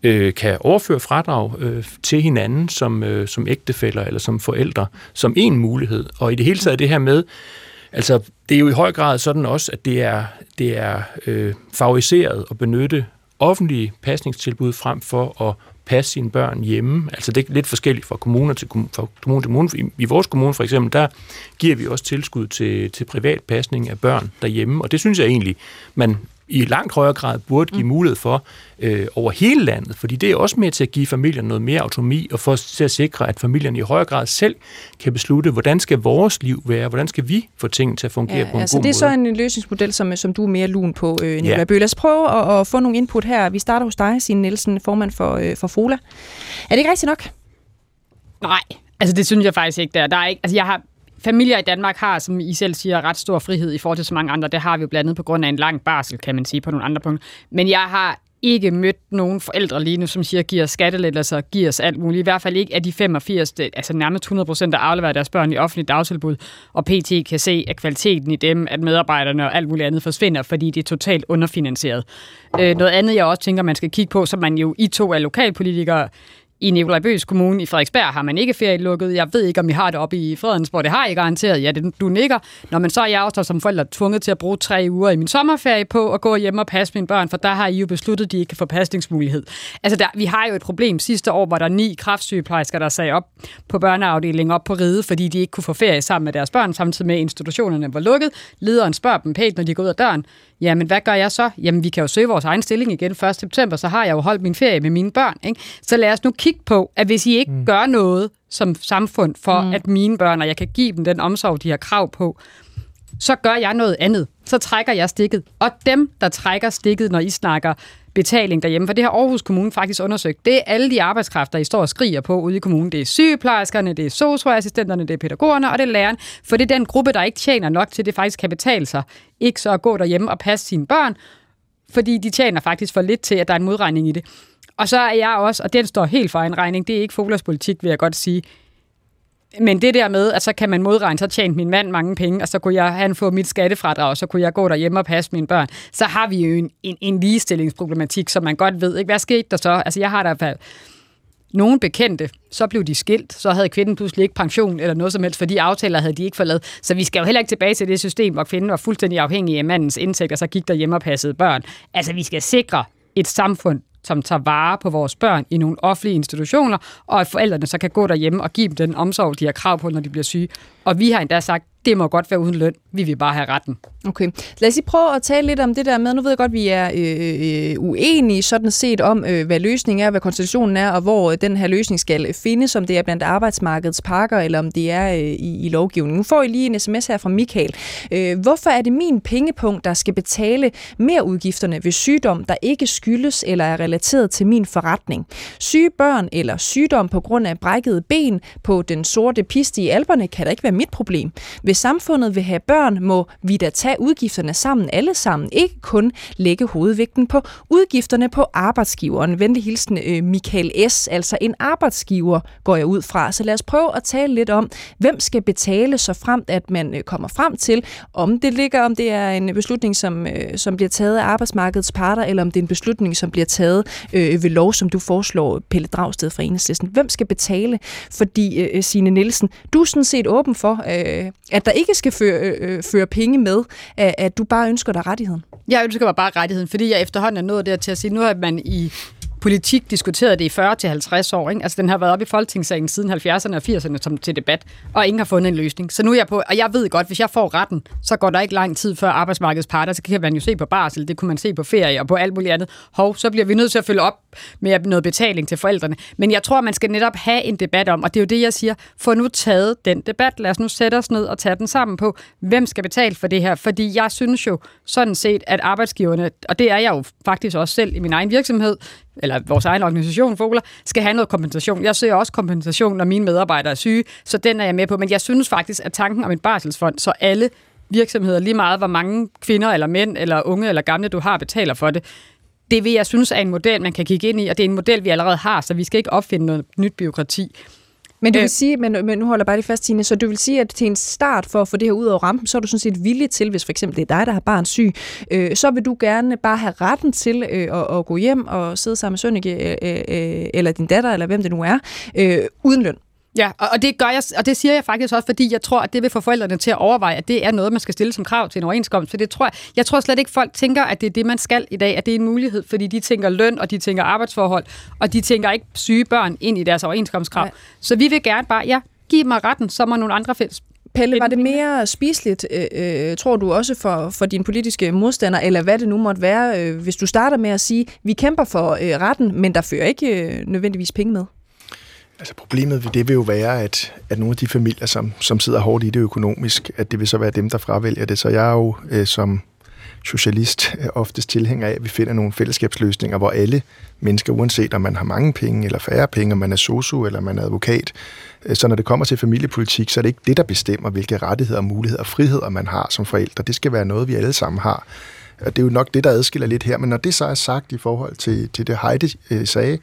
kan overføre fradrag til hinanden som ægtefæller eller som forældre, som en mulighed. Og i det hele taget det her med, altså det er jo i høj grad sådan også, at det er favoriseret at benytte offentlige pasningstilbud frem for at passe sine børn hjemme. Altså det er lidt forskelligt fra kommune til kommune. I vores kommune for eksempel, der giver vi også tilskud til privat pasning af børn derhjemme, og det synes jeg egentlig, man i langt højere grad burde give mulighed for over hele landet, fordi det er også med til at give familierne noget mere autonomi, og for til at sikre, at familierne i højere grad selv kan beslutte, hvordan skal vores liv være, hvordan skal vi få tingene til at fungere på en god måde. Det er så en løsningsmodel, som du er mere lun på, Nicolai Bøhl. Lad os prøve at få nogle input her. Vi starter hos dig, Signe Nielsen, formand for FOLA. Er det ikke rigtigt nok? Nej, altså det synes jeg faktisk ikke, der er ikke. Altså familier i Danmark har, som I selv siger, ret stor frihed i forhold til så mange andre. Det har vi jo blandt andet på grund af en lang barsel, kan man sige, på nogle andre punkter. Men jeg har ikke mødt nogen forældre lige nu, som siger, giver os skattelettelser, giver os alt muligt. I hvert fald ikke af de 85, altså nærmest 100%, der afleverer deres børn i offentlige dagtilbud, og PT kan se, at kvaliteten i dem, at medarbejderne og alt muligt andet forsvinder, fordi det er totalt underfinansieret. Noget andet, jeg også tænker, man skal kigge på, som man jo I to er lokalpolitikere. I Nicolai Bøhls kommune i Frederiksberg har man ikke ferie lukket. Jeg ved ikke, om I har det oppe i Fredensborg. Det har I garanteret. Ja, du nikker. Når man så er jeg også som forælder tvunget til at bruge 3 uger i min sommerferie på at gå hjem og passe mine børn, for der har I jo besluttet, at de ikke kan få pasningsmulighed. Altså, vi har jo et problem. Sidste år var der 9 kræftsygeplejersker, der sagde op på børneafdelingen op på Ride, fordi de ikke kunne få ferie sammen med deres børn, samtidig med institutionerne var lukket. Lederen spørger dem pænt, når de går ud af døren. Jamen, hvad gør jeg så? Jamen, vi kan jo søge vores egen stilling igen 1. september, så har jeg jo holdt min ferie med mine børn, ikke? Så lad os nu kigge på, at hvis I ikke gør noget som samfund for, at mine børn, og jeg kan give dem den omsorg, de har krav på, så gør jeg noget andet. Så trækker jeg stikket. Og dem, der trækker stikket, når I snakker betaling derhjemme, for det har Aarhus Kommune faktisk undersøgt, det er alle de arbejdskræfter, I står og skriger på ude i kommunen. Det er sygeplejerskerne, det er sosu-assistenterne, det er pædagogerne, og det er læreren. For det er den gruppe, der ikke tjener nok til, det faktisk kan betale sig. Ikke så at gå derhjemme og passe sine børn, fordi de tjener faktisk for lidt til, at der er en modregning i det. Og så er jeg også, og den står helt for en regning, det er ikke FOLAs politik, vil jeg godt sige. Men det der med, at så kan man modregne, så tjente min mand mange penge, og så kunne han få mit skattefradrag, og så kunne jeg gå derhjemme og passe mine børn. Så har vi jo en ligestillingsproblematik, som man godt ved. Ikke? Hvad skete der så? Altså jeg har da i hvert fald nogle bekendte, så blev de skilt, så havde kvinden pludselig ikke pension eller noget som helst, for de aftaler havde de ikke forladt. Så vi skal jo heller ikke tilbage til det system, hvor kvinden var fuldstændig afhængig af mandens indtægt, og så gik der hjemme og passede børn. Altså vi skal sikre et samfund, som tager vare på vores børn i nogle offentlige institutioner, og at forældrene så kan gå derhjemme og give dem den omsorg, de har krav på, når de bliver syge. Og vi har endda sagt, det må godt være uden løn. Vi vil bare have retten. Okay. Lad os lige prøve at tale lidt om det der med, nu ved jeg godt, vi er uenige sådan set om, hvad løsningen er, hvad konstellationen er, og hvor den her løsning skal findes, om det er blandt arbejdsmarkedets parker, eller om det er i lovgivningen. Nu får I lige en sms her fra Michael. Hvorfor er det min pengepunkt, der skal betale mere udgifterne ved sygdom, der ikke skyldes eller er relateret til min forretning? Syge børn eller sygdom på grund af brækkede ben på den sorte piste i Alperne kan da ikke være mit problem. Hvis samfundet vil have børn, må vi da tage udgifterne sammen, alle sammen. Ikke kun lægge hovedvægten på udgifterne på arbejdsgiveren. Venlig hilsen Michael S., altså en arbejdsgiver, går jeg ud fra. Så lad os prøve at tale lidt om, hvem skal betale så frem, at man kommer frem til, om det er en beslutning, som bliver taget af arbejdsmarkedets parter, eller om det er en beslutning, som bliver taget ved lov, som du foreslår, Pelle Dragsted fra Enhedslisten. Hvem skal betale? Fordi, Signe Nielsen, du er sådan set åben for, at der ikke skal føre penge med, at du bare ønsker dig rettigheden? Jeg ønsker mig bare rettigheden, fordi jeg efterhånden er nået der til at sige, nu har man i politik diskuteret det i 40-50 år. Ikke? Altså, den har været oppe i Folketingssalen siden 70'erne og 80'erne som til debat, og ingen har fundet en løsning. Så nu er jeg på, og jeg ved godt, hvis jeg får retten, så går der ikke lang tid før arbejdsmarkedets parter, så kan man jo se på barsel, det kunne man se på ferie og på alt muligt andet. Så bliver vi nødt til at følge op med noget betaling til forældrene. Men jeg tror, man skal netop have en debat om, og det er jo det, jeg siger, få nu taget den debat. Lad os nu sætte os ned og tage den sammen på, hvem skal betale for det her. Fordi jeg synes jo sådan set, at arbejdsgiverne, og det er jeg jo faktisk også selv i min egen virksomhed, eller vores egen organisation, FOLA, skal have noget kompensation. Jeg søger også kompensation, når mine medarbejdere er syge, så den er jeg med på. Men jeg synes faktisk, at tanken om en barselsfond, så alle virksomheder, lige meget hvor mange kvinder eller mænd eller unge eller gamle du har, betaler for det, det vil jeg synes er en model, man kan kigge ind i, og det er en model, vi allerede har, så vi skal ikke opfinde noget nyt bureaukrati. Men du vil sige, men nu holder jeg bare lige fast, Tine, så du vil sige, at til en start for at få det her ud over rampen, så er du sådan set villig til, hvis for eksempel det er dig, der har barn syg, så vil du gerne bare have retten til at gå hjem og sidde sammen med Sønneke, eller din datter, eller hvem det nu er, uden løn. Ja, og det gør jeg, og det siger jeg faktisk også, fordi jeg tror, at det vil få forældrene til at overveje, at det er noget, man skal stille som krav til en overenskomst. For det jeg tror slet ikke, folk tænker, at det er det, man skal i dag, at det er en mulighed, fordi de tænker løn, og de tænker arbejdsforhold, og de tænker ikke syge børn ind i deres overenskomstkrav. Nej. Så vi vil gerne bare, give mig retten, så må nogle andre fælles. Pelle, var det mere spiseligt, tror du også for dine politiske modstandere, eller hvad det nu måtte være, hvis du starter med at sige, vi kæmper for retten, men der fører ikke nødvendigvis penge med? Altså problemet ved det vil jo være, at nogle af de familier, som sidder hårdt i det økonomisk, at det vil så være dem, der fravælger det. Så jeg er jo som socialist oftest tilhænger af, at vi finder nogle fællesskabsløsninger, hvor alle mennesker, uanset om man har mange penge eller færre penge, om man er sosu eller man er advokat, så når det kommer til familiepolitik, så er det ikke det, der bestemmer, hvilke rettigheder, muligheder og friheder man har som forældre. Det skal være noget, vi alle sammen har. Og det er jo nok det, der adskiller lidt her. Men når det så er sagt i forhold til det Heidi sagde,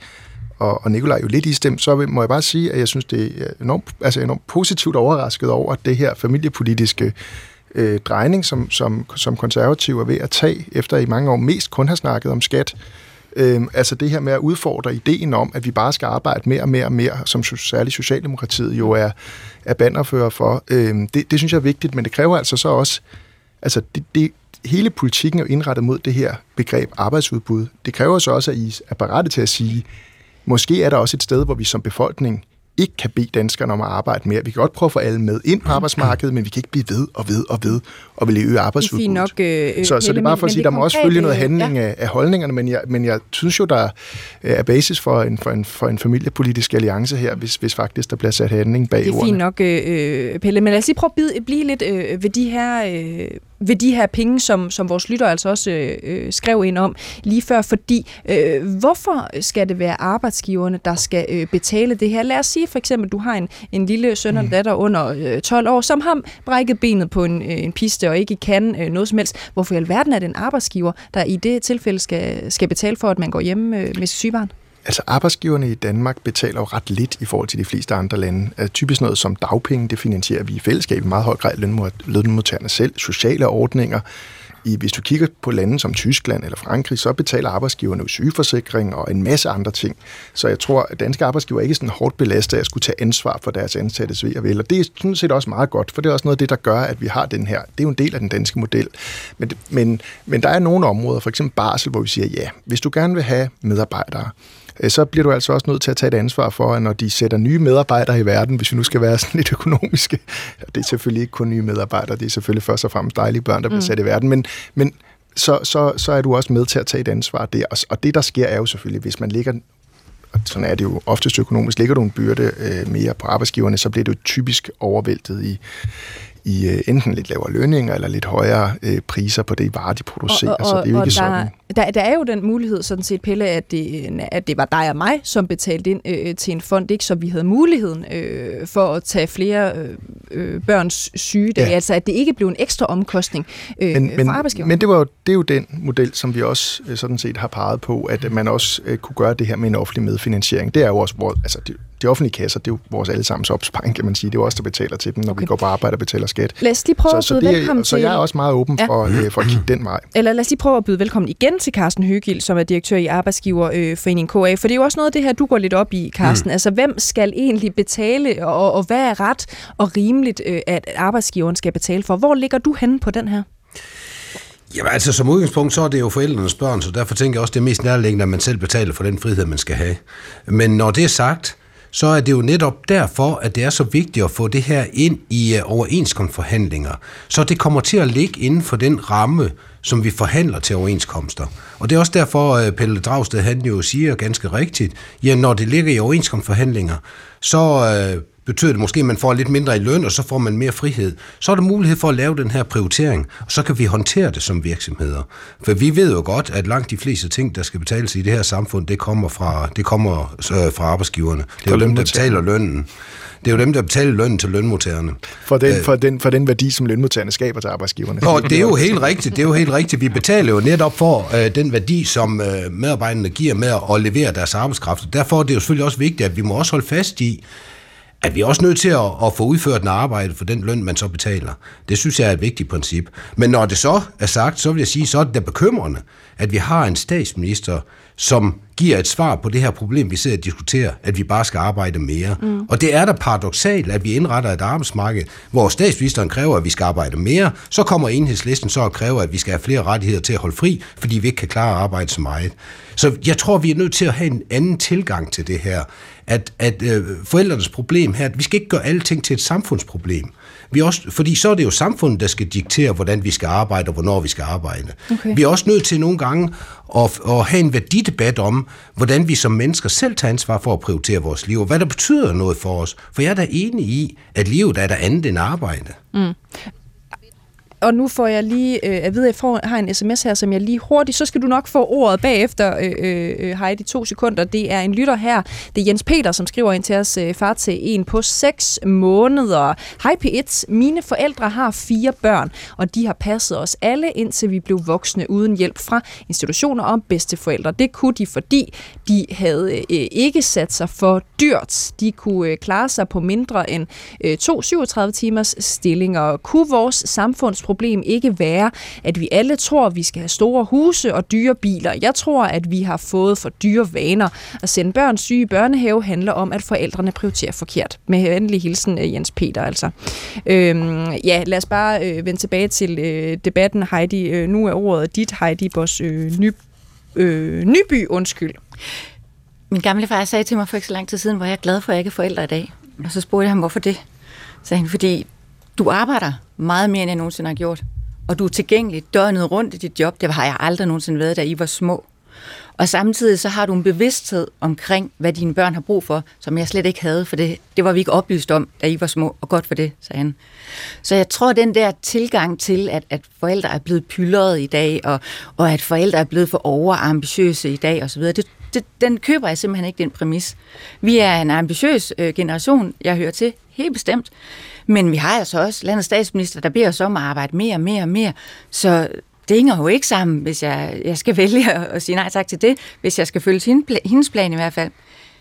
og Nikolaj jo lidt istemt, så må jeg bare sige, at jeg synes, det er enormt positivt overrasket over det her familiepolitiske drejning, som konservative er ved at tage, efter i mange år mest kun har snakket om skat. Altså det her med at udfordre ideen om, at vi bare skal arbejde mere og mere og mere, som særligt Socialdemokratiet jo er bannerfører for. Det synes jeg er vigtigt, men det kræver altså så også, altså hele politikken er indrettet mod det her begreb arbejdsudbud. Det kræver så også, at I er parate til at sige, måske er der også et sted, hvor vi som befolkning ikke kan bede danskerne om at arbejde mere. Vi kan godt prøve at få alle med ind på arbejdsmarkedet, men vi kan ikke blive ved og vil øge arbejdsudbuddet. Så det er bare for at sige, der må også følge noget handling af holdningerne, men jeg synes jo, der er basis for en familiepolitisk alliance her, hvis faktisk der bliver sat handling bag ordene. Det er fint nok, Pelle, men lad os lige prøve at blive lidt ved de her penge, som vores lytter altså også skrev ind om lige før, fordi hvorfor skal det være arbejdsgiverne, der skal betale det her? Lad os sige for eksempel, at du har en lille søn og datter under 12 år, som har brækket benet på en piste og ikke kan noget som helst. Hvorfor i alverden er det en arbejdsgiver, der i det tilfælde skal betale for, at man går hjemme med sit sygebarn? Altså arbejdsgiverne i Danmark betaler jo ret lidt i forhold til de fleste andre lande. Typisk noget som dagpenge, det finansierer vi i fællesskab i meget høj grad lønmodtagerne selv. Sociale ordninger. Hvis du kigger på lande som Tyskland eller Frankrig, så betaler arbejdsgiverne jo sygeforsikring og en masse andre ting. Så jeg tror, at danske arbejdsgiver ikke er sådan hårdt belastet af at skulle tage ansvar for deres ansattes ve og vel. Og det er sådan set også meget godt, for det er også noget af det, der gør, at vi har den her. Det er jo en del af den danske model. Men der er nogle områder, for eksempel barsel, hvor vi siger, ja, hvis du gerne vil have medarbejdere, så bliver du altså også nødt til at tage et ansvar for, at når de sætter nye medarbejdere i verden, hvis vi nu skal være sådan lidt økonomiske, det er selvfølgelig ikke kun nye medarbejdere, det er selvfølgelig først og fremmest dejlige børn, der bliver sat i verden, men så er du også med til at tage et ansvar der. Og det, der sker, er jo selvfølgelig, hvis man ligger, sådan er det jo oftest økonomisk, ligger du en byrde mere på arbejdsgiverne, så bliver det jo typisk overvæltet i enten lidt lavere lønninger eller lidt højere priser på det varer, de producerer. Så det er jo ikke sådan. Der er jo den mulighed, sådan set, Pelle, at det var dig og mig, som betalte ind til en fond, ikke? Så vi havde muligheden for at tage flere børns sygedage. Ja. Altså, at det ikke blev en ekstra omkostning for arbejdsgiveren. Men det er jo den model, som vi også sådan set har peget på, at man også kunne gøre det her med en offentlig medfinansiering. Det er jo også de offentlige kasser, det er jo vores allesammens opsparing, kan man sige. Det er jo også der betaler til dem, når vi går på arbejde og betaler skat. Lad os lige prøve at byde velkommen til... Så jeg er også meget åben for at kigge den vej. Eller lad os lige prøve at byde velkommen igen til Carsten Høgild, som er direktør i Arbejdsgiverforeningen KA. For det er jo også noget af det her, du går lidt op i, Carsten. Altså, hvem skal egentlig betale, og hvad er ret og rimeligt, at arbejdsgiveren skal betale for? Hvor ligger du henne på den her? Jamen altså, som udgangspunkt, så er det jo forældrenes børn, så derfor tænker jeg også, det er mest nærliggende, at man selv betaler for den frihed, man skal have. Men når det er sagt, så er det jo netop derfor, at det er så vigtigt at få det her ind i overenskomstforhandlinger, så det kommer til at ligge inden for den ramme, som vi forhandler til overenskomster. Og det er også derfor, Pelle Dragsted, han jo siger ganske rigtigt, ja, når det ligger i overenskomstforhandlinger, så betyder det måske, at man får lidt mindre i løn, og så får man mere frihed. Så er der mulighed for at lave den her prioritering, og så kan vi håndtere det som virksomheder. For vi ved jo godt, at langt de fleste ting, der skal betales i det her samfund, det kommer fra arbejdsgiverne. Det er jo dem, der betaler lønnen. Det er jo dem, der betaler lønnen til lønmodtagerne. For den værdi, som lønmodtagerne skaber til arbejdsgiverne. Og det er jo helt rigtigt. Det er jo helt rigtigt. Vi betaler jo netop for den værdi, som medarbejderne giver med at levere deres arbejdskraft. Derfor er det jo selvfølgelig også vigtigt, at vi må også holde fast i, at vi er også nødt til at få udført en arbejde for den løn, man så betaler. Det synes jeg er et vigtigt princip. Men når det så er sagt, så vil jeg sige, så er det da bekymrende, at vi har en statsminister, som giver et svar på det her problem, vi sidder og diskuterer, at vi bare skal arbejde mere. Og det er da paradoksalt, at vi indretter et arbejdsmarked, hvor statsministeren kræver, at vi skal arbejde mere, så kommer Enhedslisten så og kræver, at vi skal have flere rettigheder til at holde fri, fordi vi ikke kan klare at arbejde så meget. Så jeg tror, vi er nødt til at have en anden tilgang til det her. At forældrenes problem her, at vi skal ikke gøre alle ting til et samfundsproblem. Fordi så er det jo samfundet, der skal diktere, hvordan vi skal arbejde og hvornår vi skal arbejde. Okay. Vi er også nødt til nogle gange at have en værdidebat om, hvordan vi som mennesker selv tager ansvar for at prioritere vores liv, og hvad der betyder noget for os. For jeg er da enig i, at livet er der andet end arbejde. Mm. Og nu får jeg lige at vide, at jeg har en sms her, som jeg lige hurtigt, så skal du nok få ordet bagefter, Heidi, 2 sekunder. Det er en lytter her. Det er Jens Peter, som skriver ind til os, far til en på 6 måneder. Hej P1, mine forældre har 4 børn, og de har passet os alle, indtil vi blev voksne uden hjælp fra institutioner og bedsteforældre. Det kunne de, fordi de havde ikke sat sig for dyrt. De kunne klare sig på mindre end 2 37 timers stillinger. Kunne vores samfundsproblem ikke være, at vi alle tror, at vi skal have store huse og dyre biler. Jeg tror, at vi har fået for dyre vaner. At sende børn syge i børnehave handler om, at forældrene prioriterer forkert. Med venlig hilsen, Jens Peter, altså. Lad os bare vende tilbage til debatten, Heidi. Nu er ordet dit, Heidi Boss Nyby, undskyld. Min gamle far sagde til mig for ikke så lang tid siden, hvor jeg er glad for, at jeg ikke er forældre i dag. Og så spurgte jeg ham, hvorfor det? Så han, fordi du arbejder meget mere, end jeg nogensinde har gjort. Og du er tilgængelig døgnet rundt i dit job. Det har jeg aldrig nogensinde været, da I var små. Og samtidig så har du en bevidsthed omkring, hvad dine børn har brug for, som jeg slet ikke havde, for det var vi ikke oplyst om, da I var små. Og godt for det, sagde han. Så jeg tror, den der tilgang til, at forældre er blevet pyldret i dag, og at forældre er blevet for overambitiøse i dag osv., den køber jeg simpelthen ikke, den præmis. Vi er en ambitiøs generation, jeg hører til, helt bestemt. Men vi har altså også landets statsminister, der beder os om at arbejde mere. Så det hænger jo ikke sammen, hvis jeg skal vælge at sige nej tak til det, hvis jeg skal følge hendes plan i hvert fald.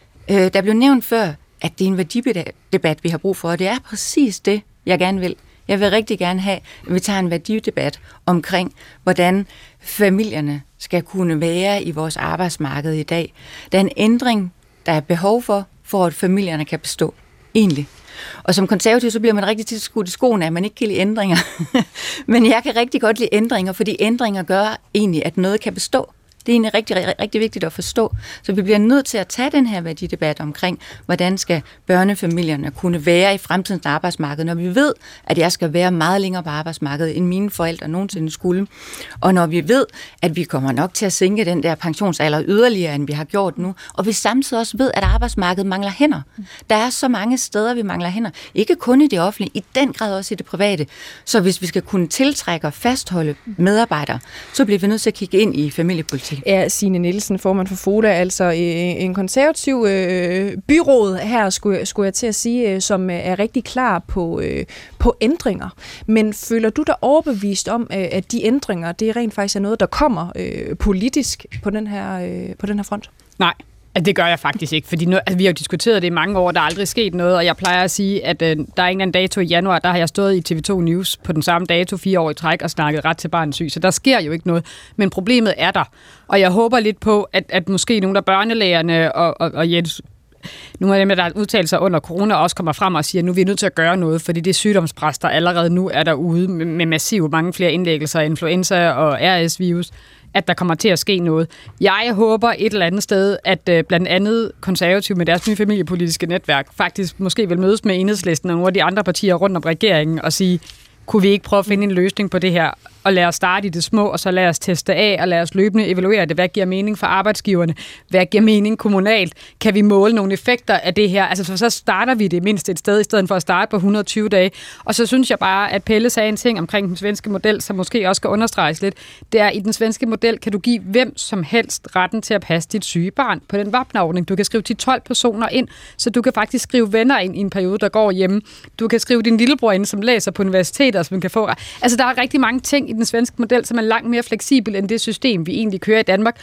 Der blev nævnt før, at det er en værdidebat, vi har brug for, og det er præcis det, jeg gerne vil. Jeg vil rigtig gerne have, at vi tager en værdidebat omkring, hvordan familierne skal kunne være i vores arbejdsmarked i dag. Der er en ændring, der er behov for at familierne kan bestå. Egentlig. Og som konservativ, så bliver man rigtig tit skudt i skoene, at man ikke kan lide ændringer. Men jeg kan rigtig godt lide ændringer, fordi ændringer gør egentlig, at noget kan bestå. Det er egentlig rigtig, rigtig vigtigt at forstå. Så vi bliver nødt til at tage den her værdidebat omkring, hvordan skal børnefamilierne kunne være i fremtidens arbejdsmarked, når vi ved, at jeg skal være meget længere på arbejdsmarkedet, end mine forældre nogensinde skulle. Og når vi ved, at vi kommer nok til at sænke den der pensionsalder yderligere, end vi har gjort nu, og vi samtidig også ved, at arbejdsmarkedet mangler hænder. Der er så mange steder, vi mangler hænder. Ikke kun i det offentlige, i den grad også i det private. Så hvis vi skal kunne tiltrække og fastholde medarbejdere, så bliver vi nødt til at kigge ind i familiepolitik. Er Signe Nielsen, formand for FODA, altså en konservativ byråd her, skulle jeg til at sige, som er rigtig klar på ændringer. Men føler du dig overbevist om, at de ændringer, det rent faktisk er noget, der kommer politisk på den her front? Nej. Det gør jeg faktisk ikke, fordi vi har jo diskuteret det i mange år, der er aldrig sket noget, og jeg plejer at sige, at der er en eller anden dato i januar, der har jeg stået i TV2 News på den samme dato 4 år i træk og snakket ret til barnets syg, så der sker jo ikke noget, men problemet er der, og jeg håber lidt på, at måske nogle af børnelægerne og Jens, nogle af dem, der har udtalt sig under corona, også kommer frem og siger, at nu er vi nødt til at gøre noget, fordi det sygdomspres, der allerede nu er derude med massivt mange flere indlæggelser af influenza og RS-virus, at der kommer til at ske noget. Jeg håber et eller andet sted, at blandt andet konservative med deres nye familiepolitiske netværk faktisk måske vil mødes med Enhedslisten og nogle af de andre partier rundt om regeringen og sige, kunne vi ikke prøve at finde en løsning på det her, og lad os starte i det små, og så lad os teste af, og lad os løbende evaluere det. Hvad giver mening for arbejdsgiverne? Hvad giver mening kommunalt? Kan vi måle nogle effekter af det her? Altså, så starter vi det mindst et sted, i stedet for at starte på 120 dage. Og så synes jeg bare, at Pelle sagde en ting omkring den svenske model, som måske også skal understreges lidt. Det er, i den svenske model kan du give hvem som helst retten til at passe dit syge barn på den vapneordning. Du kan skrive 10-12 personer ind, så du kan faktisk skrive venner ind i en periode, der går hjemme. Du kan skrive din lillebror ind, som læser på universitetet, som kan få. Altså, der er rigtig mange ting i den svenske model, som er langt mere fleksibel end det system, vi egentlig kører i Danmark.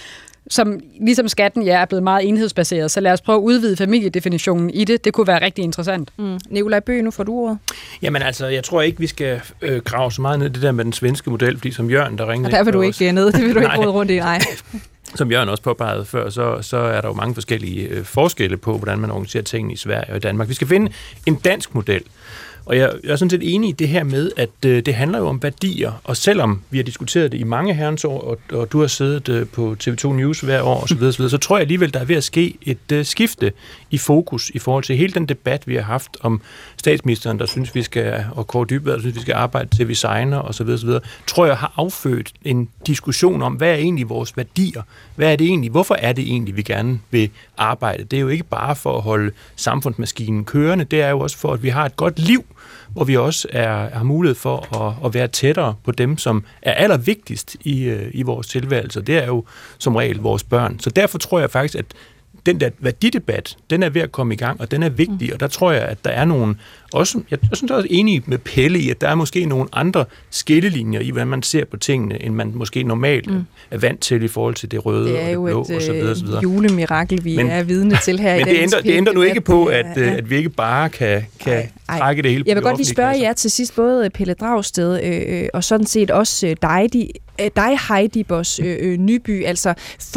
som ligesom skatten er blevet meget enhedsbaseret. Så lad os prøve at udvide familiedefinitionen i det. Det kunne være rigtig interessant. Nikolaj Bøgh, nu får du ordet. Jamen altså, jeg tror ikke, vi skal grave så meget ned i det der med den svenske model, fordi som Jørgen, der ringede... Og der vil du ikke ned, det vil du ikke råde rundt i, nej. Som Jørgen også påpegede før, så er der jo mange forskellige forskelle på, hvordan man organiserer tingene i Sverige og i Danmark. Vi skal finde en dansk model. Og jeg er sådan set enig i det her med, at det handler jo om værdier, og selvom vi har diskuteret det i mange herrens år, og du har siddet på TV2 News hver år osv., så tror jeg alligevel, der er ved at ske et skifte i fokus i forhold til hele den debat, vi har haft om statsministeren, der synes, vi skal, og Kåre Dybvad, der synes, vi skal arbejde til vi signer osv., tror jeg har affødt en diskussion om, hvad er egentlig vores værdier? Hvad er det egentlig? Hvorfor er det egentlig, vi gerne vil arbejde? Det er jo ikke bare for at holde samfundsmaskinen kørende, det er jo også for, at vi har et godt liv, hvor vi også har mulighed for at være tættere på dem, som er allervigtigst i vores tilværelse. Det er jo som regel vores børn. Så derfor tror jeg faktisk, at den der værdidebat, den er ved at komme i gang, og den er vigtig, og der tror jeg, at der er nogle, også, jeg synes også enig med Pelle i, at der er måske nogle andre skillelinjer i, hvordan man ser på tingene, end man måske normalt er vant til i forhold til det røde og det blå, og så videre. Det er jo et julemirakel, vi er vidne til her i dag. Men det ændrer nu ikke på, at vi ikke bare kan trække det hele på. Jeg vil godt lige spørge jer til sidst, både Pelle Dragsted og sådan set også dig, Heidi Boss Nyby, altså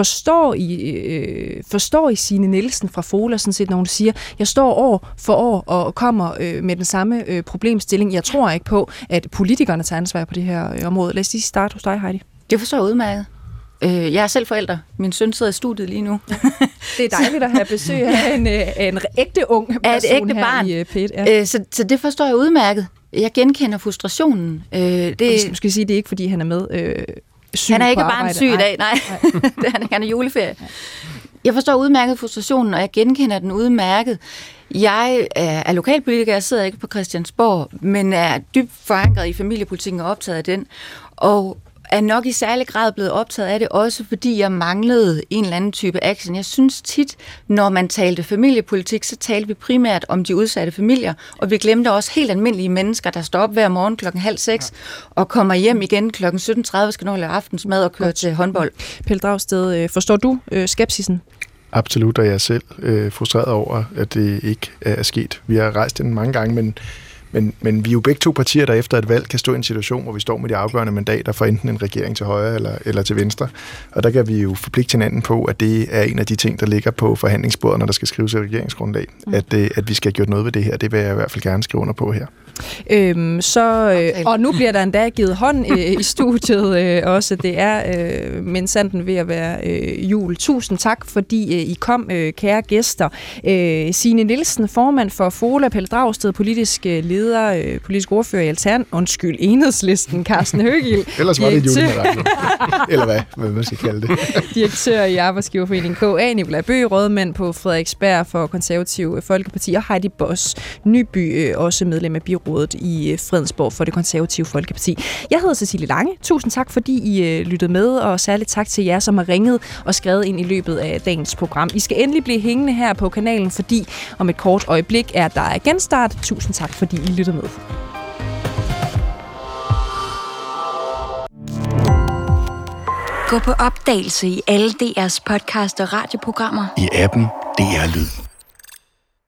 forstår I Signe Nielsen fra Fola sådan set, når hun siger, jeg står år for år og kommer med den samme problemstilling. Jeg tror ikke på, at politikerne tager ansvar på det her område. Lad os lige starte hos dig, Heidi. Det forstår jeg udmærket. Jeg er selv forælder. Min søn sidder i studiet lige nu. Det er dejligt at have besøg af en ægte ung person et ægte barn. Her i P1. Ja. Så det forstår jeg udmærket. Jeg genkender frustrationen. Det skal sige, det er ikke, fordi han er med syg han er ikke på bare syg i dag, nej. Han er juleferie. Jeg forstår udmærket frustrationen, og jeg genkender den udmærket. Jeg er lokalpolitiker, jeg sidder ikke på Christiansborg, men er dybt forankret i familiepolitikken og optaget af den. Og er nok i særlig grad blevet optaget af det, også fordi jeg manglede en eller anden type action. Jeg synes tit, når man talte familiepolitik, så talte vi primært om de udsatte familier, og vi glemte også helt almindelige mennesker, der står op hver morgen 5:30 og kommer hjem igen 17:30, skal nå lave aftensmad og køre til håndbold. Pelle Dragsted, forstår du skepsisen? Absolut, og jeg er selv frustreret over, at det ikke er sket. Vi har rejst den mange gange, men vi er jo begge to partier, der efter et valg kan stå i en situation, hvor vi står med de afgørende mandater for enten en regering til højre eller til venstre. Og der kan vi jo forpligte hinanden på, at det er en af de ting, der ligger på forhandlingsbordet, når der skal skrives et regeringsgrundlag. At vi skal have gjort noget ved det her. Det vil jeg i hvert fald gerne skrive under på her. Og nu bliver der endda givet hånd i studiet også. Det er minsanden ved at være jul. Tusind tak, fordi I kom, kære gæster. Signe Nielsen, formand for Fola, Pelle Dragsted, politisk leder, politisk ordfører i Enhedslisten, Carsten Høgild. Ellers var det julemirakel. Eller hvad man skal kalde det. Direktør i Arbejdsgiverforeningen KA, Nikolaj Bøgh, rådmand på Frederiksberg for Konservative Folkeparti, og Heidi Boss Nyby, også medlem af byrådet i Fredensborg for det Konservative Folkeparti. Jeg hedder Cecilie Lange. Tusind tak, fordi I lyttede med, og særligt tak til jer, som har ringet og skrevet ind i løbet af dagens program. I skal endelig blive hængende her på kanalen, fordi om et kort øjeblik er der genstart. Tusind tak, fordi I lyttede med. Gå på opdagelse i alle DR's podcast og radioprogrammer. I appen DR Lyd.